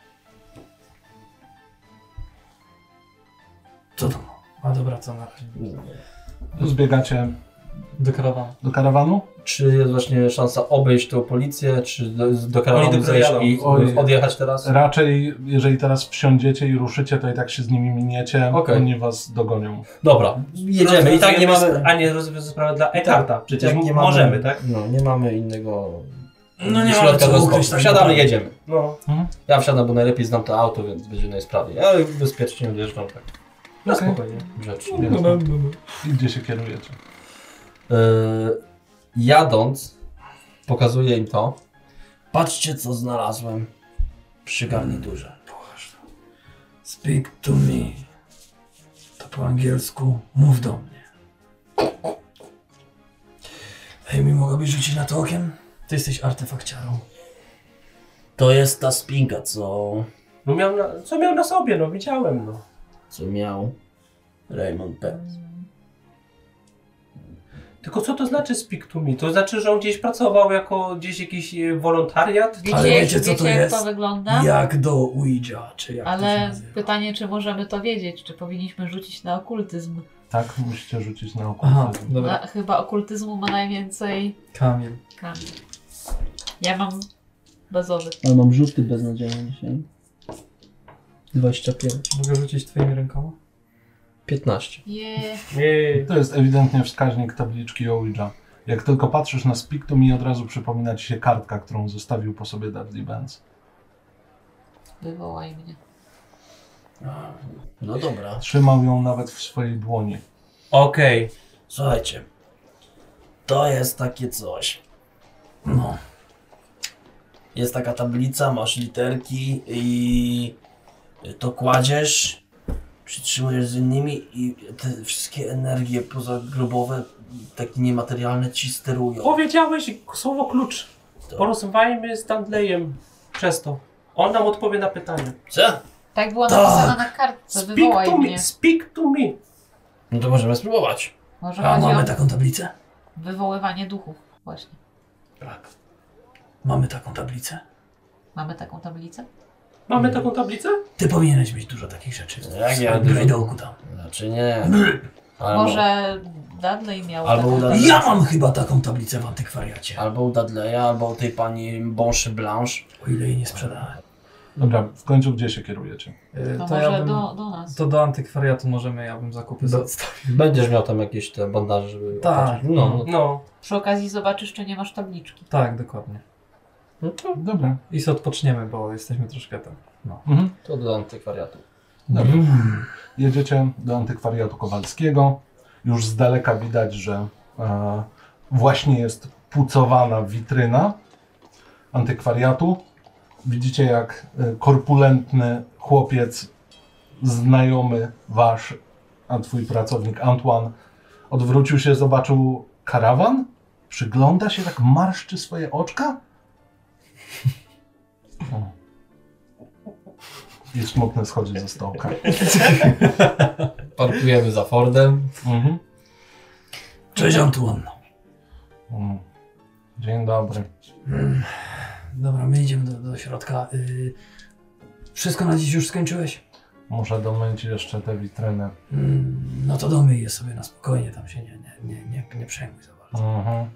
Co to? A dobra, co na razie. Zbiegacie Do karawanu. do karawanu? Czy jest właśnie szansa obejść tą policję, czy do karawanu dopiero zejść jadą. i Oj. odjechać teraz? Raczej, jeżeli teraz wsiądziecie i ruszycie, to i tak się z nimi miniecie, Okej. oni was dogonią. Dobra, jedziemy. I tak nie mamy... A nie rozwiązać sprawę dla Ekarta. Przecież Tak, nie możemy, tak? No, nie mamy innego... No nie środka mamy co do ukryć. skoku. tak Wsiadamy, naprawdę. jedziemy. No. Ja wsiadam, bo najlepiej znam to auto, więc będzie najsprawniej. Ale bezpiecznie odjeżdżam tak No Okej. spokojnie. grzecznie. Jasne. I gdzie się kierujecie? Jadąc, pokazuję im to. Patrzcie, co znalazłem przy garniturze. Speak to me. To po angielsku mów do mnie. Amy, mogłabyś rzucić na to okiem? Ty jesteś artefakciarą. To jest ta spinka, co No co miał na sobie, no widziałem, no. miał Raymond Pence. Tylko co to znaczy speak to me? To znaczy, że on gdzieś pracował jako gdzieś jakiś wolontariat? Ale wiecie, co to jak jest? to wygląda? Jak do Ouija, czy jak to się Ale nazywa? pytanie, czy możemy to wiedzieć? Czy powinniśmy rzucić na okultyzm? Tak, musicie rzucić na Aha, okultyzm. dobra. Chyba okultyzmu ma najwięcej Kamil. kamień. Ja mam bazowy. Ale mam rzuty beznadziejne dzisiaj. 25. Mogę rzucić twoimi rękoma? 15. Nie. To jest ewidentnie wskaźnik tabliczki Ouija. Jak tylko patrzysz na speak, to mi od razu przypomina ci się kartka, którą zostawił po sobie Dudley Benz. Wywołaj mnie. No dobra. Trzymał ją nawet w swojej dłoni. Okej. Słuchajcie. To jest takie coś. No. Jest taka tablica, masz literki i to kładziesz, przytrzymujesz z innymi i te wszystkie energie pozagrobowe, takie niematerialne ci sterują. Powiedziałeś słowo klucz. To- Porozmawiajmy z Dudleyem przez to. On nam odpowie na pytanie. Co? Tak było Tak. napisane na kartce. Speak Wywołaj to mnie. me. Speak to me. No to możemy spróbować. Może A chodzi mamy o taką tablicę? wywoływanie duchów. Właśnie. Tak. Mamy taką tablicę? Mamy taką tablicę? Mamy taką tablicę? Ty powinieneś mieć dużo takich rzeczy. Jak ja W dużo- grajdołku tam. Znaczy nie. Albo, Może Dudley miał Albo taką uda- tablicę. Ja mam chyba taką tablicę w antykwariacie. albo u Dudleya, albo u tej pani Blanche Blanche. O ile jej nie sprzedałem. Dobra, w końcu gdzie się kierujecie? To To może ja bym, do nas. to do antykwariatu możemy, ja bym zakupy Do- odstawił. Będziesz miał tam jakieś te bandaże, żeby Tak. opatrzyć. No. No. Przy okazji zobaczysz, czy nie masz tabliczki. Tak, dokładnie. No to, Dobra. I sobie odpoczniemy, bo jesteśmy troszkę tam. Mhm. to do antykwariatu. Dobra. Jedziecie do antykwariatu Kowalskiego. Już z daleka widać, że właśnie jest pucowana witryna antykwariatu. Widzicie, jak korpulentny chłopiec, znajomy wasz, a twój pracownik Antoine, odwrócił się, zobaczył karawan, przygląda się, tak marszczy swoje oczka. O. I smutne schodzi ze stołka. Parkujemy za Fordem. Mhm. Cześć Antoine. Dzień dobry. Dobra, my idziemy do środka. Wszystko na dziś już skończyłeś? Muszę domyć jeszcze te witryny. No to domyj je sobie na spokojnie, tam się nie przejmuj za bardzo. Mhm.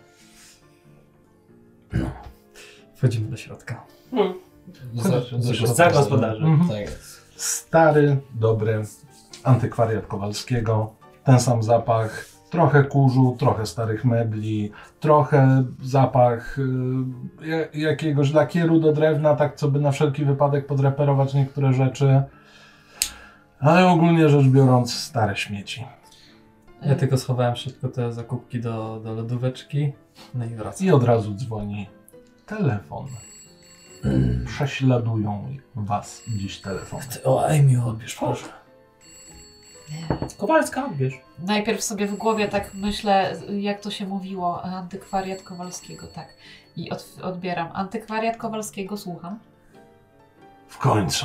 Wchodzimy do środka. Chodźcie do środka. Za gospodarzem. Mhm. Tak jest. Stary, dobry antykwariat Kowalskiego. Ten sam zapach, trochę kurzu, trochę starych mebli, trochę zapach jakiegoś lakieru do drewna, tak co by na wszelki wypadek podreperować niektóre rzeczy. Ale ogólnie rzecz biorąc, stare śmieci. Ja tylko schowałem szybko te zakupki do lodóweczki. No i wracam. I od razu dzwoni telefon. Prześladują was dziś telefon. O, Amy, odbierz proszę. Kowalska, odbierz. Najpierw sobie w głowie tak myślę, jak to się mówiło, antykwariat Kowalskiego, tak. I odbieram. Antykwariat Kowalskiego, słucham. W końcu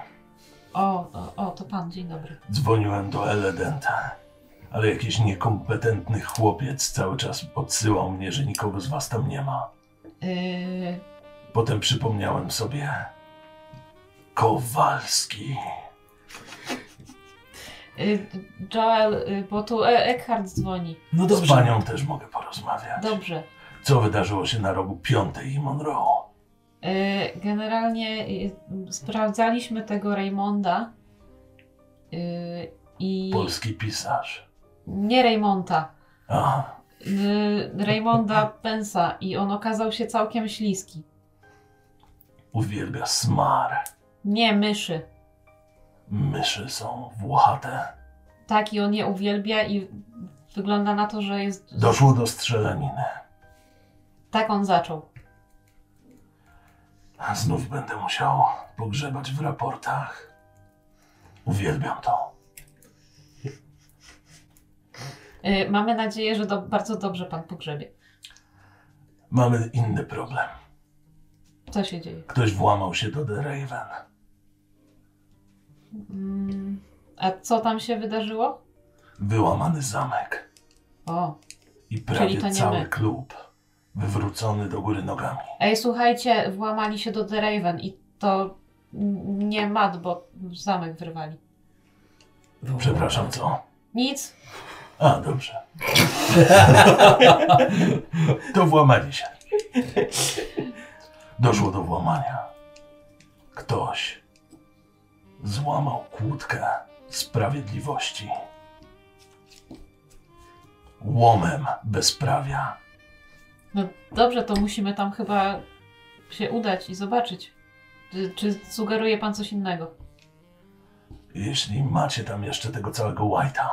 To pan, dzień dobry. dzwoniłem do Eledenta, ale jakiś niekompetentny chłopiec cały czas odsyłał mnie, że nikogo z was tam nie ma. Potem przypomniałem sobie Kowalski. Joel, bo tu Eckhart dzwoni. No Z dobrze. panią też mogę porozmawiać. Dobrze. Co wydarzyło się na rogu 5 i Monroe? Generalnie sprawdzaliśmy tego Raymonda i... Polski pisarz. Nie Raymonda. A, Raymonda Pensa i on okazał się całkiem śliski. uwielbia smar. Nie myszy. Myszy są włochate. Tak, i on je uwielbia i wygląda na to, że jest... Doszło do strzelaniny. Tak on zaczął. A znów będę musiał pogrzebać w raportach. Uwielbiam to. Mamy nadzieję, że bardzo dobrze pan pogrzebie. Mamy inny problem. Co się dzieje? Ktoś włamał się do The Raven. A co tam się wydarzyło? Wyłamany zamek. O, I Czyli prawie to nie cały my. klub wywrócony do góry nogami. Ej, słuchajcie, włamali się do The Raven i to nie Matt, bo zamek wyrwali. Przepraszam, co? Nic. A, dobrze. To włamali się. Doszło do włamania. Ktoś złamał kłódkę sprawiedliwości. Łomem bezprawia. No dobrze, to musimy tam chyba się udać i zobaczyć. Czy sugeruje pan coś innego? Jeśli macie tam jeszcze tego całego White'a,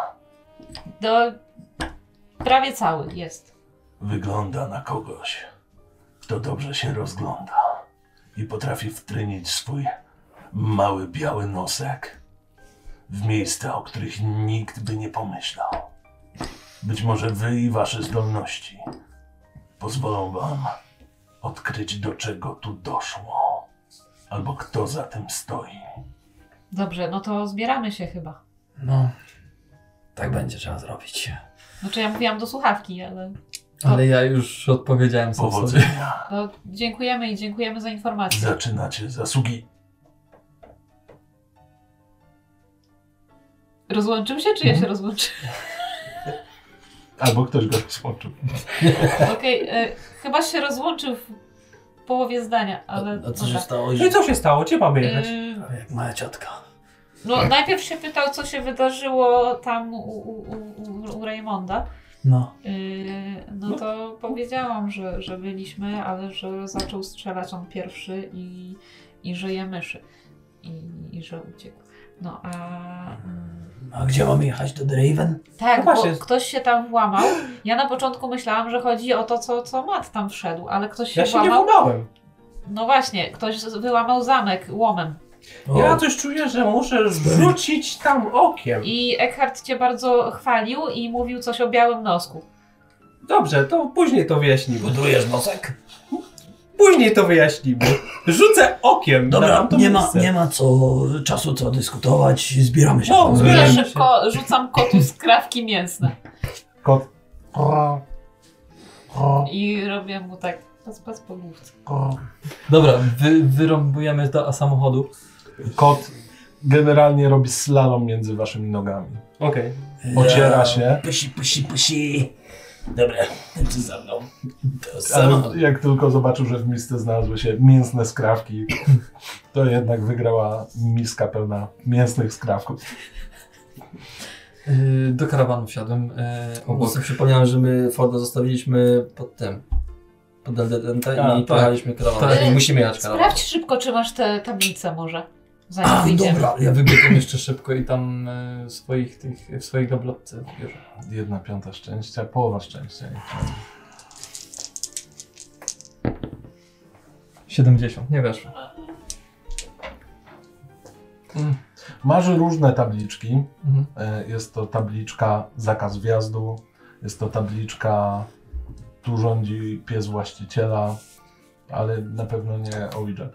Prawie cały jest. wygląda na kogoś, kto dobrze się rozgląda i potrafi wtrynić swój mały biały nosek w miejsca, o których nikt by nie pomyślał. Być może wy i wasze zdolności pozwolą wam odkryć, do czego tu doszło, albo kto za tym stoi. Dobrze, no to zbieramy się chyba. No, tak będzie trzeba zrobić. Znaczy ja mówiłam do słuchawki, ale... Ale ja już odpowiedziałem sam sobie. Powodzenia. To dziękujemy i dziękujemy za informację. Zaczynacie zasługi. Rozłączył się, czy ja się rozłączyłem? Albo ktoś go rozłączył. Okej, chyba się rozłączył w połowie zdania, ale... A co się dobra. stało? No i co się stało? Gdzie mamy jechać? Jak moja ciotka. No najpierw się pytał, co się wydarzyło tam u Raymonda. No. No to powiedziałam, że byliśmy, ale że zaczął strzelać on pierwszy i że je myszy. I że uciekł. No a... A gdzie mamy jechać? Do The Raven? Tak, No bo właśnie. ktoś się tam włamał. Ja na początku myślałam, że chodzi o to, co Matt tam wszedł, ale ktoś się Ja się nie włamał. włamałem. No właśnie, ktoś wyłamał zamek łomem. Ja coś czuję, że muszę rzucić tam okiem. I Eckhart cię bardzo chwalił i mówił coś o białym nosku. Dobrze, to później to wyjaśnimy. Budujesz nosek? Później to wyjaśnimy. Rzucę okiem. Dobra, na to miejsce. nie ma czasu co dyskutować, zbieramy się. No, Ja zbieramy się. szybko rzucam kotu skrawki mięsne. Kot. I robię mu tak pas po główce. Dobra, wyrąbujemy do samochodu. Kot generalnie robi slalom między waszymi nogami. Okej. Ociera się, Pusi. Dobra, ty za mną. To ale samo. jak tylko zobaczył, że w misce znalazły się mięsne skrawki, to jednak wygrała miska pełna mięsnych skrawków. Do karawanu wsiadłem Bo obok. sobie przypomniałem, że my Forda zostawiliśmy pod tym. Pod LDNT i tak. pojechaliśmy karawanem. Tak. I musimy jechać karawanem. Sprawdź szybko, czy masz te tablice może. Zanim A, wyjdziemy. dobra. Ja wybiegłem jeszcze szybko i tam w swojej gablotce bierze. 1/5 szczęścia, połowa szczęścia. 70, nie weszło. Masz różne tabliczki. Mhm. Jest to tabliczka zakaz wjazdu, jest to tabliczka tu rządzi pies właściciela, ale na pewno nie Ouija.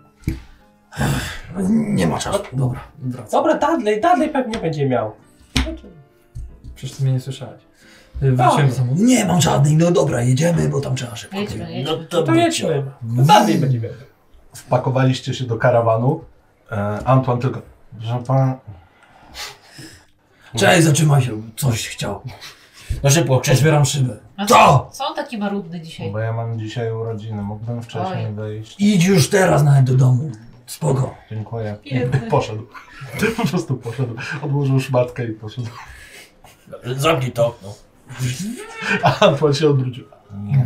Nie ma czasu. Dobra, wracam. Dobra, Dudley pewnie będzie miał. Przecież ty mnie nie słyszałeś. Wróciłem do samochodu. Nie mam żadnej, no dobra, jedziemy, bo tam trzeba szybko. Jedźmy. No To to jedźmy. Dudley będzie miał. Wpakowaliście się do karawanu. Antoine tylko, że pan... Cześć, zatrzymaj się, coś chciał. No szybko, krzyż. Otwieram szybę. A Co? Co on taki marudny dzisiaj? Bo ja mam dzisiaj urodziny, mógłbym wcześniej Oj. wyjść. Idź już teraz nawet do domu. Spoko. Dziękuję. Biedny. Poszedł. Po prostu poszedł. Odłożył szmatkę i poszedł. Zamknij to okno. A Antoine się odwrócił. Nie.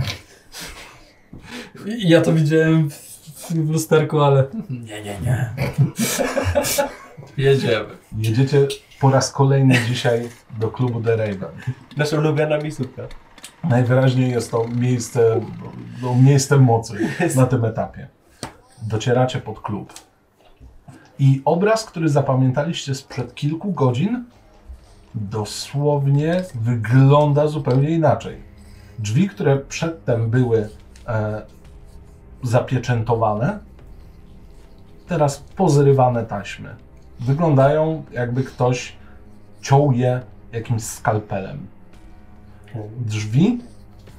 Ja to widziałem w lusterku, ale Nie. jedziemy. Jedziecie po raz kolejny dzisiaj do klubu The Raven. Nasza ulubiona miejscówka. Najwyraźniej jest to miejsce mocy na tym etapie. Docieracie pod klub. I obraz, który zapamiętaliście sprzed kilku godzin, dosłownie wygląda zupełnie inaczej. Drzwi, które przedtem były zapieczętowane, teraz pozrywane taśmy. Wyglądają, jakby ktoś ciął je jakimś skalpelem. Drzwi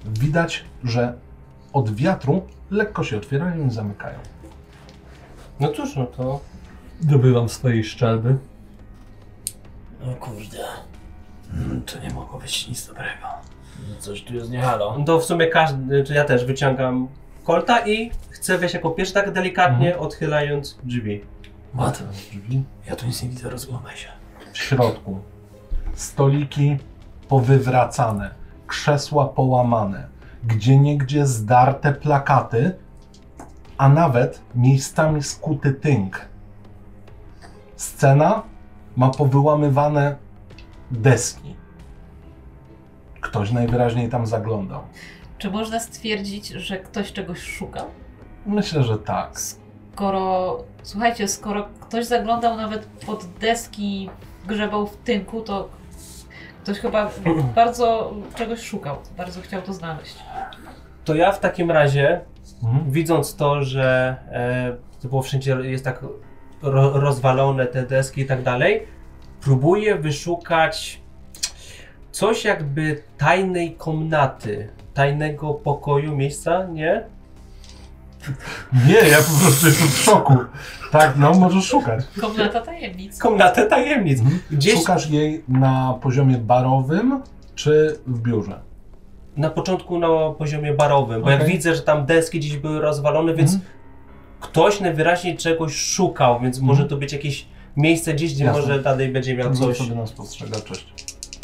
Widać, że od wiatru lekko się otwierają i zamykają. No cóż, no to... Dobywam swojej szczelby. O kurde. To nie mogło być nic dobrego. Coś tu jest nie halo. To w sumie każdy, czy ja też wyciągam kolta i chcę wejść jako pierwszy tak delikatnie odchylając drzwi. Mat, Drzwi. ja tu nic nie widzę, rozglądaj się. W środku stoliki powywracane, krzesła połamane, gdzieniegdzie zdarte plakaty, a nawet miejscami skuty tynk. Scena ma powyłamywane deski. Ktoś najwyraźniej tam zaglądał. Czy można stwierdzić, że ktoś czegoś szukał? Myślę, że tak. Słuchajcie, skoro ktoś zaglądał nawet pod deski, grzebał w tynku, to ktoś chyba bardzo czegoś szukał, bardzo chciał to znaleźć. To ja w takim razie, widząc to, że to było wszędzie jest tak rozwalone te deski i tak dalej, próbuję wyszukać coś jakby tajnej komnaty, tajnego pokoju, miejsca, nie? Nie, ja po prostu jestem w szoku. Tak, no możesz szukać. Komnata tajemnic. Komnatę tajemnic. Gdzieś Szukasz jej na poziomie barowym czy w biurze? na początku na poziomie barowym, bo jak Okej. widzę, że tam deski gdzieś były rozwalone, więc ktoś najwyraźniej czegoś szukał, więc może to być jakieś miejsce gdzieś, gdzie Jasne. może dalej będzie miał To coś. sobie na spostrzegawczość.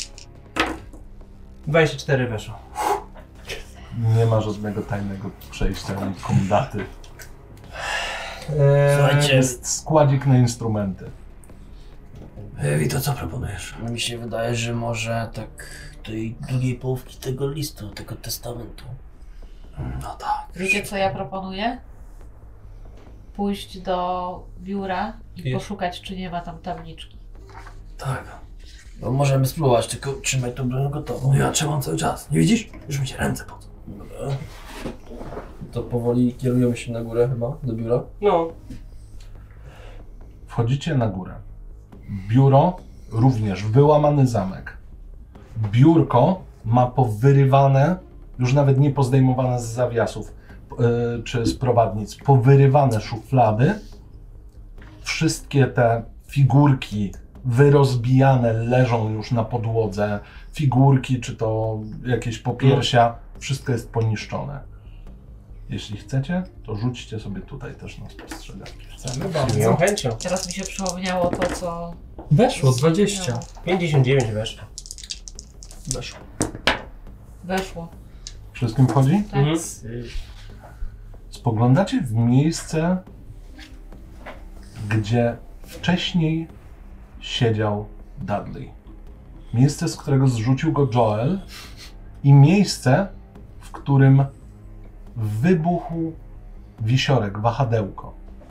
24 weszło. Nie ma żadnego tajnego przejścia ani komnaty. Słuchajcie, Jest składzik na instrumenty. Wito, co proponujesz? Mi się wydaje, że może tak tej drugiej połówki tego listu, tego testamentu. No tak. Wiecie, co ja proponuję? Pójść do biura i Jest. poszukać, czy nie ma tam tabliczki. Tak. Bo możemy spróbować, tylko trzymaj tą broń gotową. Ja trzymam cały czas. Nie widzisz? Już mi się ręce podzą. Dobra. To powoli kierujemy się na górę chyba, do biura. No, Wchodzicie na górę. Biuro, również wyłamany zamek. Biurko ma powyrywane, już nawet nie pozdejmowane z zawiasów czy z prowadnic, powyrywane szuflady. Wszystkie te figurki wyrozbijane leżą już na podłodze. Figurki, czy to jakieś popiersia, wszystko jest poniszczone. Jeśli chcecie, to rzućcie sobie tutaj też na spostrzegawczość. z miłą chęcią. Teraz mi się przypomniało to, co... Weszło 20. 59 weszło. Weszło. Weszło. Wszystkim wchodzi? Tak. Mhm. Spoglądacie w miejsce, gdzie wcześniej siedział Dudley. Miejsce, z którego zrzucił go Joel i miejsce, w którym wybuchł wisiorek, wahadełko.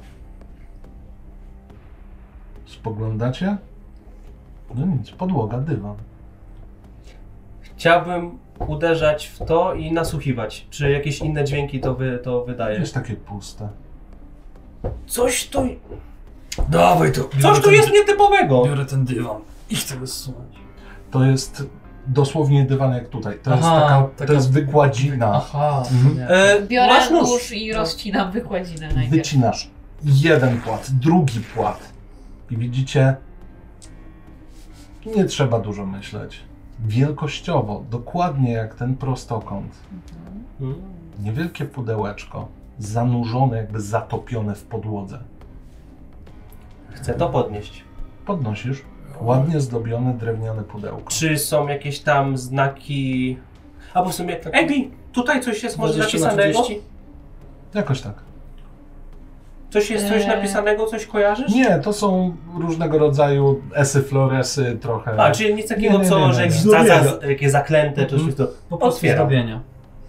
Spoglądacie? No nic, podłoga, dywan. Chciałbym uderzać w to i nasłuchiwać. Czy jakieś inne dźwięki to wydaje? Jest takie puste. Coś tu... Dawaj to. Coś tu jest nietypowego! Biorę ten dywan i chcę go zsunąć. To jest dosłownie dywan jak tutaj. To jest Aha, to jest wykładzina. Aha, Mhm. nie. Biorę Masz nóż. nóż i rozcinam wykładzinę najpierw. Wycinasz jeden płat, drugi płat i widzicie, nie trzeba dużo myśleć. Wielkościowo, dokładnie jak ten prostokąt. Niewielkie pudełeczko, zanurzone, jakby zatopione w podłodze. Chcę to podnieść. Podnosisz ładnie zdobione drewniane pudełko. Czy są jakieś tam znaki... Albo w sumie... Ej, tutaj coś jest może 20 na napisanego? 40? Jakoś tak. Coś jest coś napisanego? Coś kojarzysz? Nie, to są różnego rodzaju esy, floresy, trochę. A, czyli nic takiego, Nie, co, że jakieś Zdobienia. jakieś zaklęte, czy coś to... Po prostu Otwieram. zdobienia.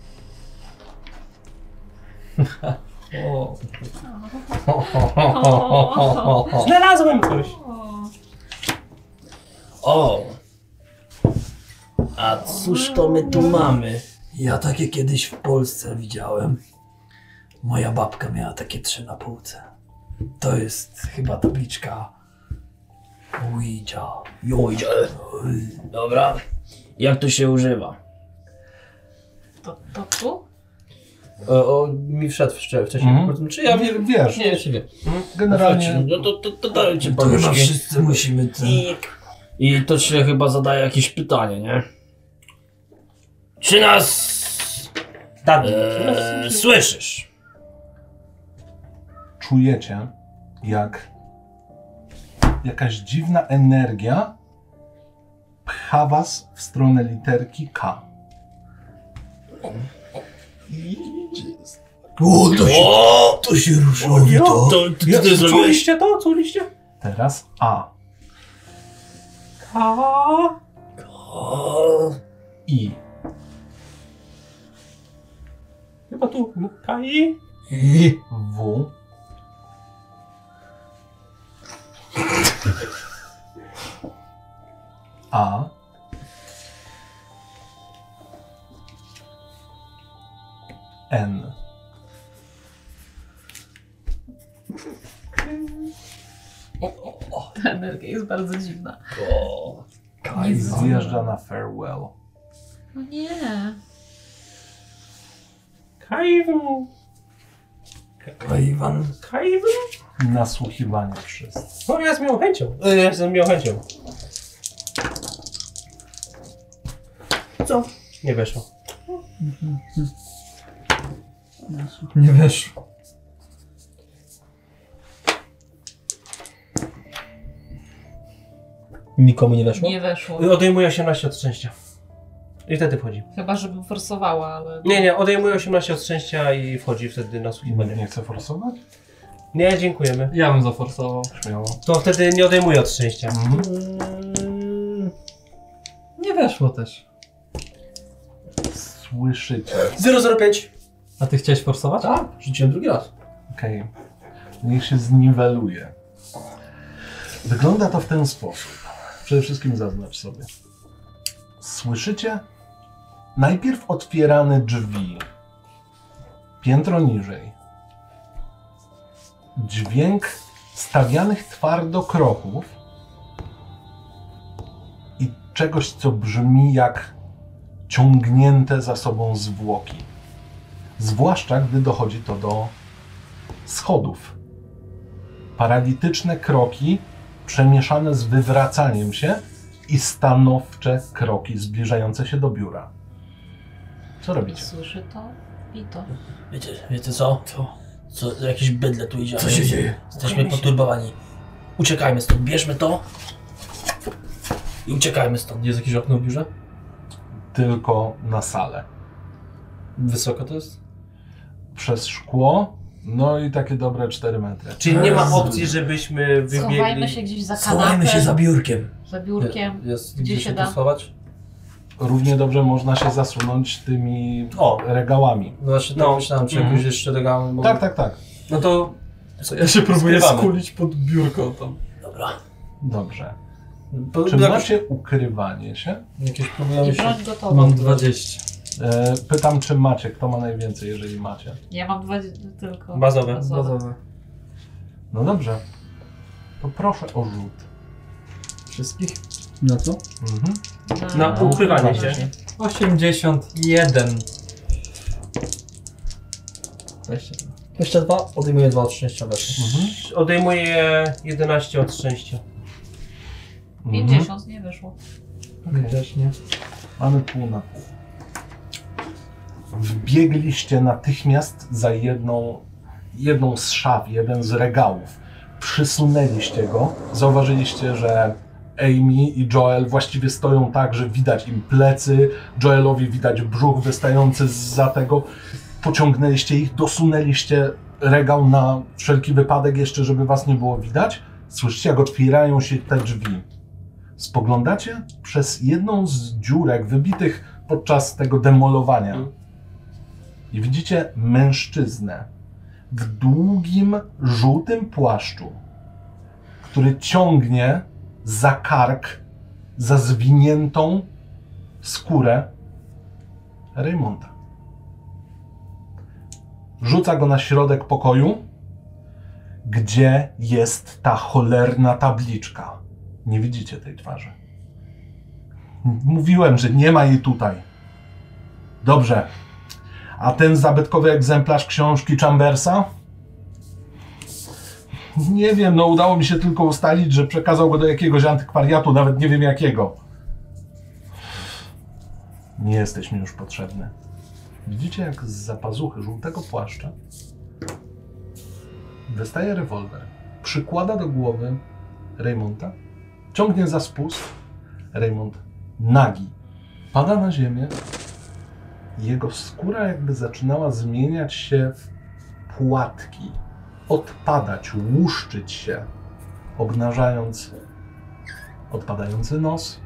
O. Znalazłem coś! O! A cóż to my tu mamy? Ja takie kiedyś w Polsce widziałem. Moja babka miała takie 3 na półce. To jest chyba tabliczka Ouija. Dobra. Jak to się używa? To tu? Mi wszedł wcześniej. Czy ja wiem? Wiesz, Nie, czy nie. generalnie No to dajcie To chyba paluszki. wszyscy musimy ten... I to się chyba zadaje jakieś pytanie, nie? Czy nas słyszysz? czujecie, jak jakaś dziwna energia pcha was w stronę literki K. To się ruszyło, Wito. To ty zrobiłeś? Czuliście to? Czuliście? Teraz A. I. Chyba tu. Kai? W. A. N. Ta energia jest bardzo dziwna. I zjeżdża na farewell. No nie. Kaiwu. Iwan. Kaiwu? Nasłuchiwanie wszyscy. No ja z miłą chęcią. Ja z miłą chęcią. Co? Nie weszło. Nie weszło. Nikomu nie weszło? Nie weszło. Odejmuję 18 od szczęścia. I wtedy wchodzi. Chyba, żebym forsowała, ale... Nie, odejmuję 18 od szczęścia i wchodzi wtedy nasłuchiwanie. Nie chce forsować? Nie, dziękujemy. Ja bym zaforsował. Śmiało. To wtedy nie odejmuję od szczęścia. Nie weszło też. Słyszycie. 005. A ty chciałeś forsować? Tak, rzuciłem drugi raz. Okej. Niech się zniweluje. Wygląda to w ten sposób. Przede wszystkim zaznacz sobie. Słyszycie najpierw otwierane drzwi. Piętro niżej. Dźwięk stawianych twardo kroków i czegoś, co brzmi jak ciągnięte za sobą zwłoki. Zwłaszcza, gdy dochodzi to do schodów. Paralityczne kroki przemieszane z wywracaniem się i stanowcze kroki zbliżające się do biura. Co robicie? Słyszy to i to. Wiecie co? Co? Jakieś bydle tu idzie. Co się dzieje? Jesteśmy poturbowani. Uciekajmy stąd, bierzmy to i uciekajmy stąd. Jest jakieś okno w biurze? Tylko na salę. Wysoko to jest? Przez szkło, no i takie dobre 4 metry. Czyli nie ma opcji, żebyśmy Schowajmy wybiegli. się gdzieś za Schowajmy kanapę, się za biurkiem. za biurkiem. Jest Gdzie się da? tu schować? Równie dobrze można się zasunąć tymi O. regałami. No właśnie tak myślałem, czy jakoś jeszcze regamy. Bo... Tak. No to Co, ja się próbuję Skrywamy. skulić pod biurko tam. Dobra. Dobrze. Po, Czy jakoś, macie ukrywanie się? jakieś I próbujemy się... broń gotowa. Mam 20. Pytam, czy macie. Kto ma najwięcej, jeżeli macie? Ja mam 20 tylko. Bazowe. Bazowe. No dobrze. To proszę o rzut. Wszystkich? Na co? Mhm. na ukrywanie się. 81. 22, odejmuję 2 od szczęścia weszło. Mhm. Odejmuję 11 od szczęścia. 50 nie wyszło. Też nie. Mamy pół na pół. Wbiegliście natychmiast za jedną z szaf, jeden z regałów. Przysunęliście go. Zauważyliście, że Amy i Joel właściwie stoją tak, że widać im plecy. Joelowi widać brzuch wystający zza tego. Pociągnęliście ich, dosunęliście regał na wszelki wypadek jeszcze, żeby was nie było widać. Słyszycie, jak otwierają się te drzwi. Spoglądacie przez jedną z dziurek wybitych podczas tego demolowania i widzicie mężczyznę w długim, żółtym płaszczu, który ciągnie za kark, za zwiniętą skórę Raymonda. Rzuca go na środek pokoju, gdzie jest ta cholerna tabliczka. Nie widzicie tej twarzy. Mówiłem, że nie ma jej tutaj. Dobrze, A ten zabytkowy egzemplarz książki Chambersa? Nie wiem, no udało mi się tylko ustalić, że przekazał go do jakiegoś antykwariatu, nawet nie wiem jakiego. Nie jesteś mi już potrzebny. Widzicie, jak z zapazuchy żółtego płaszcza wystaje rewolwer, przykłada do głowy Raymonda, ciągnie za spust. Raymond nagi pada na ziemię. Jego skóra jakby zaczynała zmieniać się w płatki, odpadać, łuszczyć się, obnażając odpadający nos,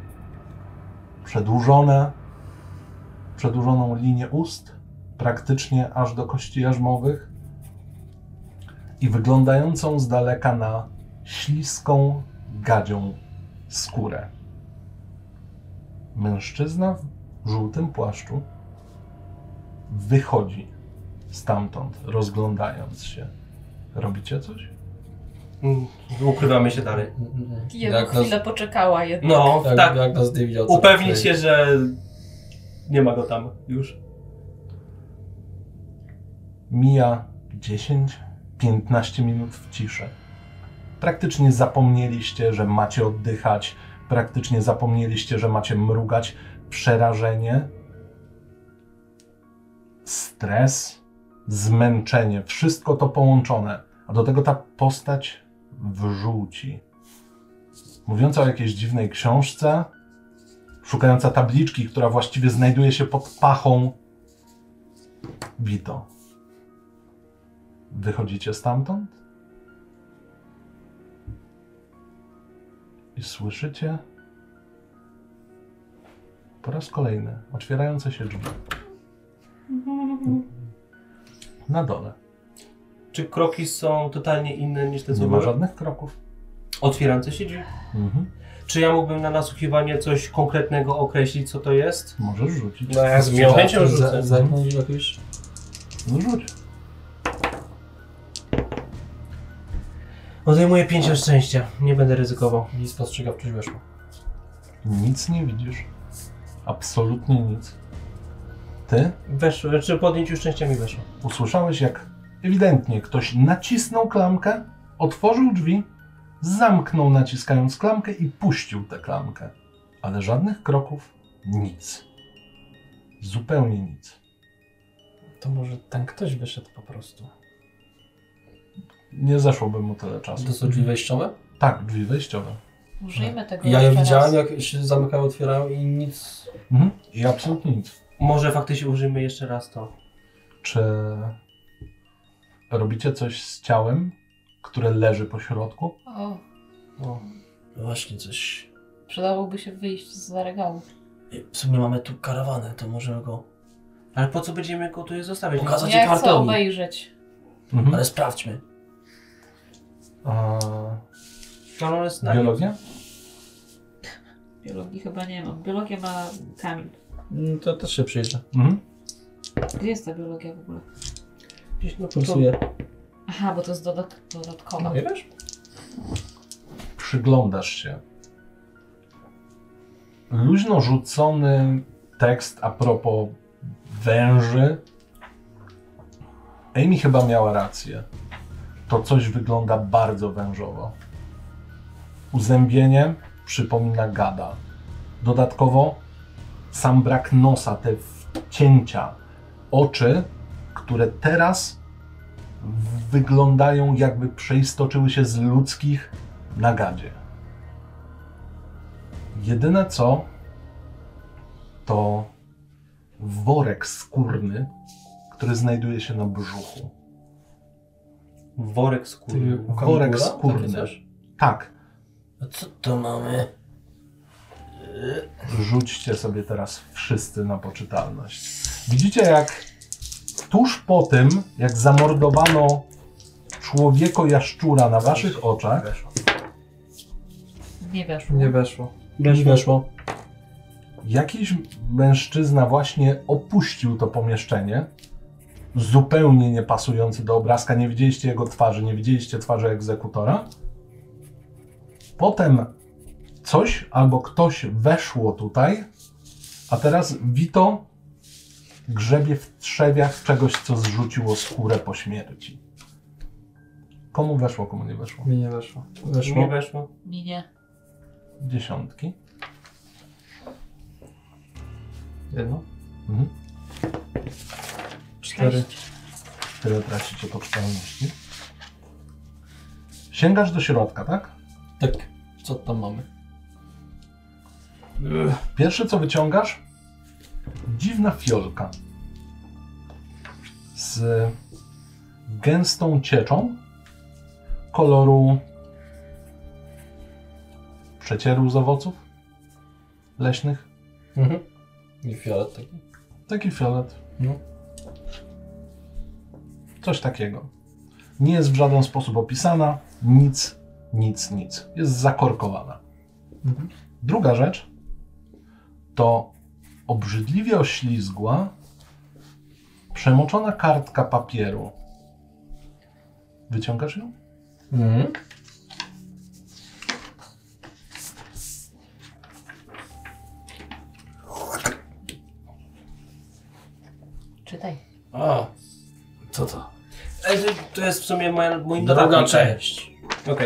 przedłużoną linię ust, praktycznie aż do kości jarzmowych i wyglądającą z daleka na śliską, gadzią skórę. Mężczyzna w żółtym płaszczu wychodzi stamtąd, rozglądając się. Robicie coś? Ukrywamy się dalej. Ja bym chwilę poczekała jednak. No, tak. Jak nas nie widział. Upewnić się, że nie ma go tam już. Mija 10-15 minut w ciszy. Praktycznie zapomnieliście, że macie oddychać, praktycznie zapomnieliście, że macie mrugać. Przerażenie, stres, zmęczenie, wszystko to połączone. A do tego ta postać w żółci. Mówiąca o jakiejś dziwnej książce, szukająca tabliczki, która właściwie znajduje się pod pachą. Vito. Wychodzicie stamtąd i słyszycie po raz kolejny otwierające się drzwi. Na dole. Czy kroki są totalnie inne niż te, co Nie ma były? żadnych kroków. Otwierające się drzwi. Czy ja mógłbym na nasłuchiwanie coś konkretnego określić, co to jest? Możesz rzucić. No ja z miłą chęcią rzucę. Zerknąć jakoś. No rzuć. Odejmuję 5 szczęścia. Nie będę ryzykował. I spostrzegawczość weszło. Nic nie widzisz. Absolutnie nic. Ty Weszło, czy po odjęciu szczęścia mi weszło. usłyszałeś, jak ewidentnie ktoś nacisnął klamkę, otworzył drzwi, zamknął naciskając klamkę i puścił tę klamkę. Ale żadnych kroków, nic. Zupełnie nic. To może ten ktoś wyszedł po prostu. Nie zeszłoby mu tyle czasu. To są drzwi wejściowe? Tak, drzwi wejściowe. Użyjmy tego Ja je jeszcze widziałem, raz. jak się zamykały, otwierały i nic. I absolutnie nic. Może faktycznie użyjmy jeszcze raz to. Czy robicie coś z ciałem, które leży po środku? O, O. Właśnie coś. przydałoby się wyjść z regału. W sumie mamy tu karawanę, to możemy go. Ale po co będziemy go tu zostawiać? Pokazać. Ja chcę kartoni. obejrzeć. Ale sprawdźmy. Ale on jest na... Biologia? Biologii chyba nie mam. Biologię ma Kamil. To też się przyjdzie. Gdzie jest ta biologia w ogóle? Gdzieś na Pulsuje. Aha, bo to jest dodatkowa. No wiesz? Przyglądasz się. Luźno rzucony tekst a propos węży. Amy chyba miała rację. To coś wygląda bardzo wężowo. Uzębienie przypomina gada. Dodatkowo sam brak nosa, te wcięcia, oczy, które teraz wyglądają, jakby przeistoczyły się z ludzkich na gadzie. Jedyne co, to worek skórny, który znajduje się na brzuchu. Worek skóry. Worek skórny. Tak. A co to mamy? Rzućcie sobie teraz wszyscy na poczytalność. Widzicie, jak tuż po tym, jak zamordowano człowieko-jaszczura na waszych oczach, Nie weszło. Nie weszło. Weszło. jakiś mężczyzna właśnie opuścił to pomieszczenie, zupełnie nie pasujący do obrazka. Nie widzieliście jego twarzy, nie widzieliście twarzy egzekutora. Potem coś albo ktoś weszło tutaj, a teraz Vito grzebie w trzewiach czegoś, co zrzuciło skórę po śmierci. Komu weszło, komu nie weszło? Mi nie weszło. Nie weszło. Mi nie. 10. Jedno? Mhm. 4. Tyle tracicie poczytalności. Sięgasz do środka, tak? Tak, co tam mamy? Pierwsze, co wyciągasz, dziwna fiolka z gęstą cieczą koloru przecieru z owoców leśnych. Mhm. I fiolet taki. Taki fiolet. No. Coś takiego. Nie jest w żaden sposób opisana. Nic. Jest zakorkowana. Mhm. Druga rzecz to obrzydliwie oślizgła, przemoczona kartka papieru. Wyciągasz ją? Mhm. Czytaj. A, co to? To jest w sumie mój Druga notatnik. część. Okej.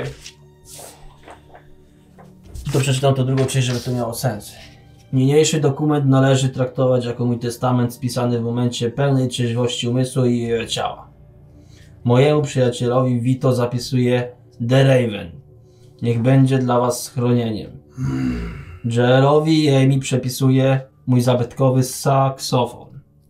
To przeczytam to drugą część, żeby to miało sens. Niniejszy dokument należy traktować jako mój testament spisany w momencie pełnej trzeźwości umysłu i ciała. Mojemu przyjacielowi Vito zapisuje The Raven. Niech będzie dla was schronieniem. Joelowi i Amy przepisuje mój zabytkowy saksofon.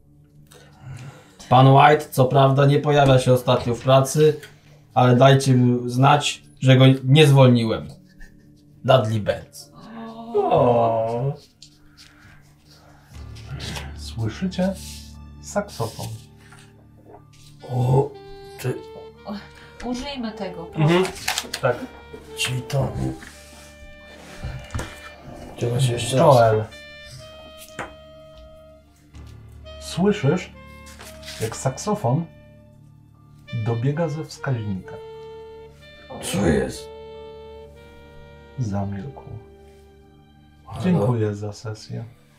Pan White co prawda nie pojawia się ostatnio w pracy, ale dajcie mu znać, że go nie zwolniłem. Dudley Benz. O. Słyszycie saksofon. O, czy Użyjmy tego, proszę. Mhm. Tak. ci to... Czegoś jeszcze raz. Joel. Słyszysz, jak saksofon dobiega ze wskaźnika. Co jest? Zamilkł. Dziękuję za sesję.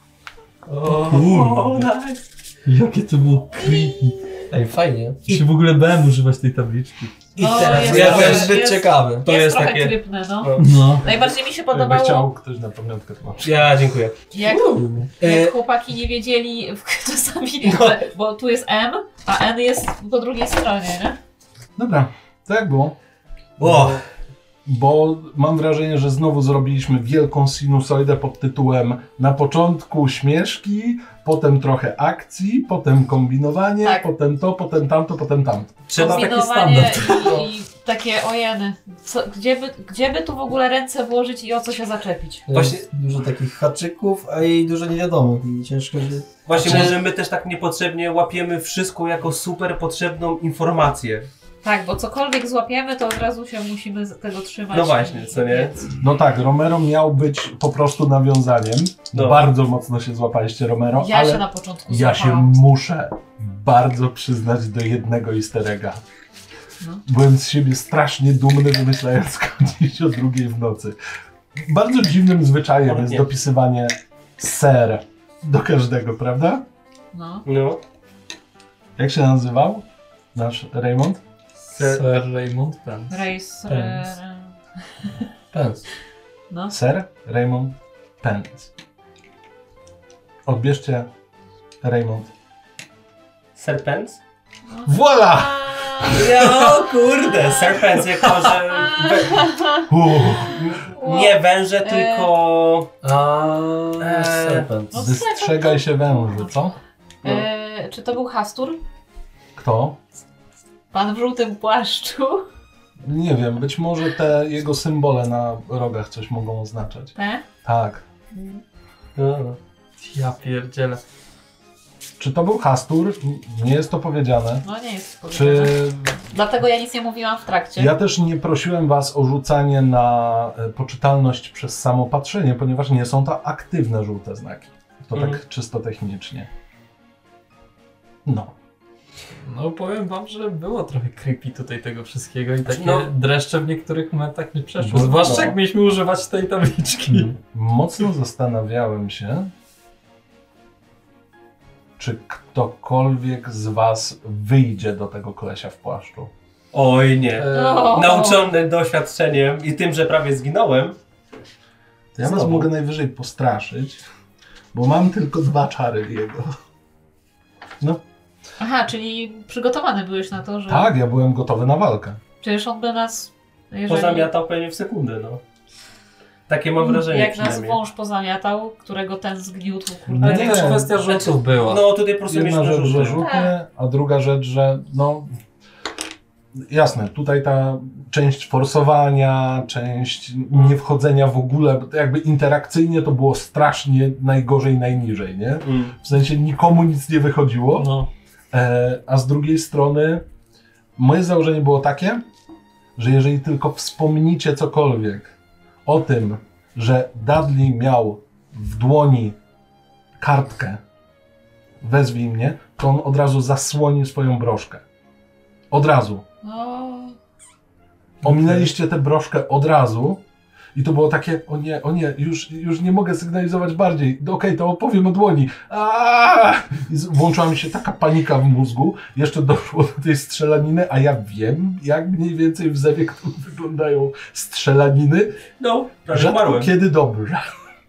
O, nice. Jakie to było creepy. Ej, fajnie. Ja się w ogóle bałem używać tej tabliczki. I No, teraz jest ja to trochę- jest zbyt jest- ciekawe. To jest jest trochę takie- krypne, no. No. Najbardziej mi się Jakby podobało, chciał ktoś na pamiątkę tłumaczyć. Ja dziękuję. jak chłopaki nie wiedzieli czasami, bo tu jest M, a N jest po drugiej stronie, nie? Dobra, to jak było? O! Bo mam wrażenie, że znowu zrobiliśmy wielką sinusoidę pod tytułem na początku śmieszki, potem trochę akcji, potem kombinowanie, Tak. potem to, potem tamto, potem tamto. Trzeba taki Kombinowanie standard. i takie ojeny. Gdzie by tu w ogóle ręce włożyć i o co się zaczepić? Właśnie- Jest dużo takich haczyków, a i dużo niewiadomych i ciężko, że... Właśnie Znaczy- może my też tak niepotrzebnie łapiemy wszystko jako super potrzebną informację. Tak, bo cokolwiek złapiemy, to od razu się musimy z tego trzymać. No właśnie, co nie? Więc No tak, Romero miał być po prostu nawiązaniem. No. Bardzo mocno się złapaliście, Romero, ja ale się na początku ja się złapałam. muszę bardzo przyznać do jednego easter egga. No. Byłem z siebie strasznie dumny, wymyślając dziś o 2 w nocy. Bardzo dziwnym zwyczajem Ale jest nie. dopisywanie ser do każdego, prawda? No. No. Jak się nazywał nasz Raymond? Sir Raymond Pence. Race. Pence. Pens. No. Sir Raymond Pence. Odbierzcie Raymond. Serpent? Voila! Ja, o kurde, serpent jako, że nie węże, tylko... Serpent. No, Wystrzegaj się węży, co? Czy to był Hastur? Kto? Pan w żółtym płaszczu? Nie wiem, być może te jego symbole na rogach coś mogą oznaczać. Te? Tak. No. Ja pierdzielę. Czy to był Hastur? Nie jest to powiedziane. No nie jest Czy... powiedziane. Dlatego ja nic nie mówiłam w trakcie. Ja też nie prosiłem was o rzucanie na poczytalność przez samo patrzenie, ponieważ nie są to aktywne żółte znaki. To tak czysto technicznie. No. No powiem wam, że było trochę creepy tutaj tego wszystkiego i takie No. dreszcze w niektórych momentach nie przeszło. No. Zwłaszcza jak mieliśmy używać tej tabliczki. Mocno zastanawiałem się, czy ktokolwiek z was wyjdzie do tego kolesia w płaszczu. Oj nie. No. Nauczony doświadczeniem i tym, że prawie zginąłem. To ja was Znowu. mogę najwyżej postraszyć, bo mam tylko 2 czary jego. No Aha, czyli przygotowany byłeś na to, że... tak, ja byłem gotowy na walkę. Przecież on by nas... Jeżeli... Pozamiatał pewnie w sekundę, no. Takie mam wrażenie Jak nas przynajmniej. wąż pozamiatał, którego ten zgniótł, kurde. Ale to już kwestia rzutów była. No tutaj po prostu Jedna mieliśmy rzecz, że rzuty. rzuty, a druga rzecz, że no jasne, tutaj ta część forsowania, część nie wchodzenia w ogóle, bo to jakby interakcyjnie to było strasznie najgorzej, najniżej, nie? W sensie nikomu nic nie wychodziło, No. a z drugiej strony moje założenie było takie, że jeżeli tylko wspomnicie cokolwiek o tym, że Dudley miał w dłoni kartkę wezwij mnie, to on od razu zasłoni swoją broszkę. Od razu. No, Ominęliście tę broszkę od razu i to było takie, o nie, już nie mogę sygnalizować bardziej. Okej, to opowiem o dłoni. I włączyła mi się taka panika w mózgu. Jeszcze doszło do tej strzelaniny, a ja wiem, jak mniej więcej w Zewie wyglądają strzelaniny. No, prawie Rzadko umarłem. kiedy dobrze.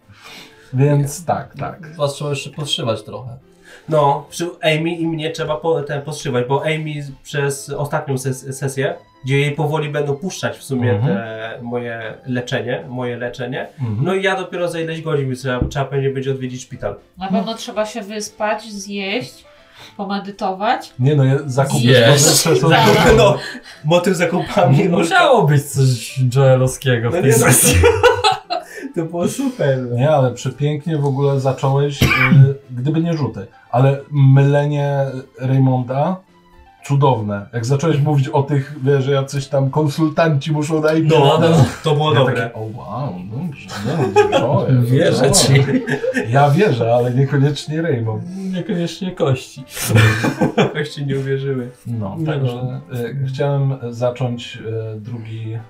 Więc tak. Was trzeba jeszcze podszywać trochę. No, przy Amy i mnie trzeba podszywać, bo Amy przez ostatnią sesję, gdzie jej powoli będą puszczać w sumie te moje leczenie, no i ja dopiero za ileś godzin trzeba pewnie będzie odwiedzić szpital. na pewno trzeba się wyspać, zjeść, pomedytować. Nie no, ja zakupię Jest. No, motyw za kąpami. Musiało być coś Joelowskiego w No tej nie, no. sesji. To było super. No. Nie, ale przepięknie w ogóle zacząłeś, gdyby nie rzuty, ale mylenie Raymonda cudowne. Jak zacząłeś mówić o tych, wiesz, że jacyś tam konsultanci muszą dać. To było Ja dobre. takie, o wow, dobrze, Wierzę ci. Ja wierzę, ale niekoniecznie Raymond. Niekoniecznie kości. Kości nie uwierzyły. No, Nie także chciałem zacząć drugi,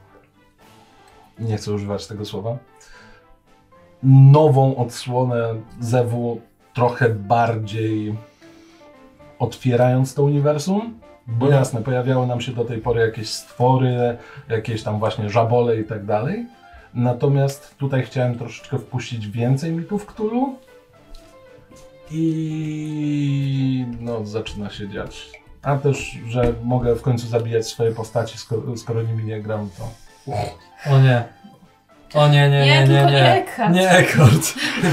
nie chcę używać tego słowa, nową odsłonę Zewu, trochę bardziej otwierając to uniwersum, bo jasne, pojawiały nam się do tej pory jakieś stwory, jakieś tam właśnie żabole i tak dalej. Natomiast tutaj chciałem troszeczkę wpuścić więcej mitów Cthulhu i no zaczyna się dziać. A też, że mogę w końcu zabijać swoje postaci, skoro nimi nie gram, to... O nie. O nie. Tylko nie Eckhart. Nie Eckhart.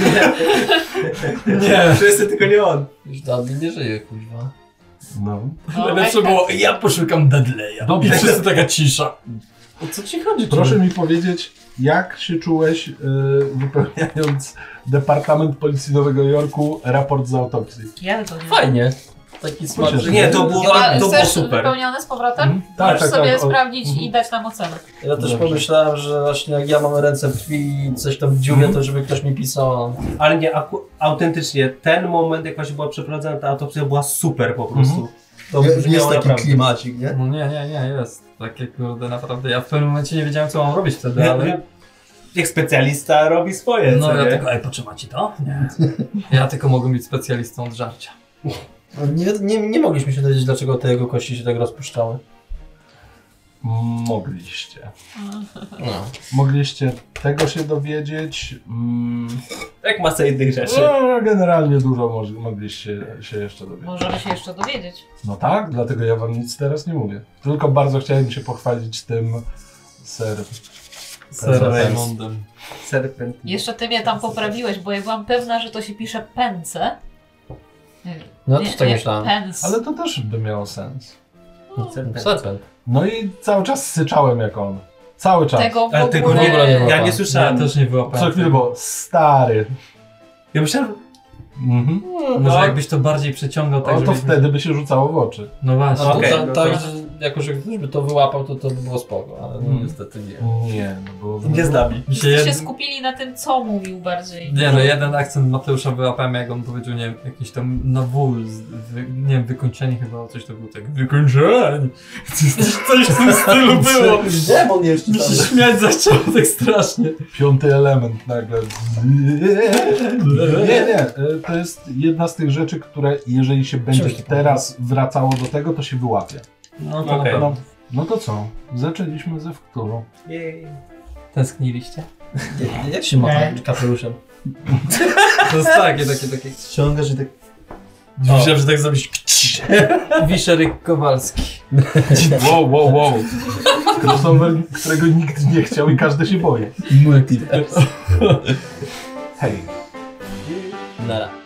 Nie. Wszyscy, tylko nie on. Już Dudley nie żyje, kuźwa. No. No, Najlepsze Eckhart. było, ja poszukam Dudleya. Dobrze. I wszyscy taka cisza. O co ci chodzi? Proszę mi powiedzieć, jak się czułeś wypełniając Departament Policji Nowego Jorku raport z autopsji? Ja to nie. Fajnie. Taki smaczny. Nie, to było, to było Chcesz super. wypełnione z powrotem? Tak, Możesz sobie sprawdzić i dać nam ocenę. Ja też Dobrze. pomyślałem, że właśnie jak ja mam ręce w krwi i coś tam w dziurze, to żeby ktoś mi pisał. Ale nie, autentycznie, ten moment, jak właśnie była przeprowadzona ta autopsja, była super po prostu. To brzmiało naprawdę. klimacik, nie? No nie, jest. Takie kurde, naprawdę. Ja w pewnym momencie nie wiedziałem, co mam robić wtedy, ale... Jak specjalista robi swoje, No co ja nie? tylko, potrzyma ci to? Nie. Ja tylko mogłem być specjalistą od żarcia. Nie mogliśmy się dowiedzieć, dlaczego te jego kości się tak rozpuszczały. Mogliście. No. Mogliście tego się dowiedzieć. Jak masę innych rzeczy. No, generalnie dużo mogliście się jeszcze dowiedzieć. Możemy się jeszcze dowiedzieć. No tak, dlatego ja wam nic teraz nie mówię. Tylko bardzo chciałem się pochwalić tym Sir Serpent. Raymondem. Serpent. Jeszcze ty mnie tam poprawiłeś, bo ja byłam pewna, że to się pisze pęce. No też tak myślałem. Pens. Ale to też by miało sens. Serpent. No i cały czas syczałem jak on. Cały czas. Tego w Ale ogóle... tego nie ja nie Ja słyszałem. też nie wyłapałem. Co chwilę było stary. Ja myślałem, Może jakbyś to bardziej przeciągał, tak O, to żebyśmy- wtedy by się rzucało w oczy. No właśnie. Okej, tak, no tak, to- że jako że ktoś by to wyłapał, to by było spoko, ale no niestety nie. Nie, no bo... Nie z nami. Się skupili na tym, co mówił bardziej. Nie no, jeden akcent Mateusza wyłapałem, jak on powiedział, nie wiem, jakiś tam na W, nie wiem, wykończenie chyba, coś to było tak, wykończenie! Coś w tym stylu było. Demon jeszcze Mi się śmiać zaczęło tak strasznie. 5. element nagle. Nie, to jest jedna z tych rzeczy, które jeżeli się będzie teraz wracało do tego, to się wyłapie. No to okej. No to co? Zaczęliśmy ze wktórą. Tęskniliście? Jak się ma kapeluszem? To jest takie. Ściągasz i tak... Myślałem, że tak zrobić. Wiszeryk Kowalski. Wow. Crossover, którego nikt nie chciał i każdy się boi. Multiverse. Hej. Nara.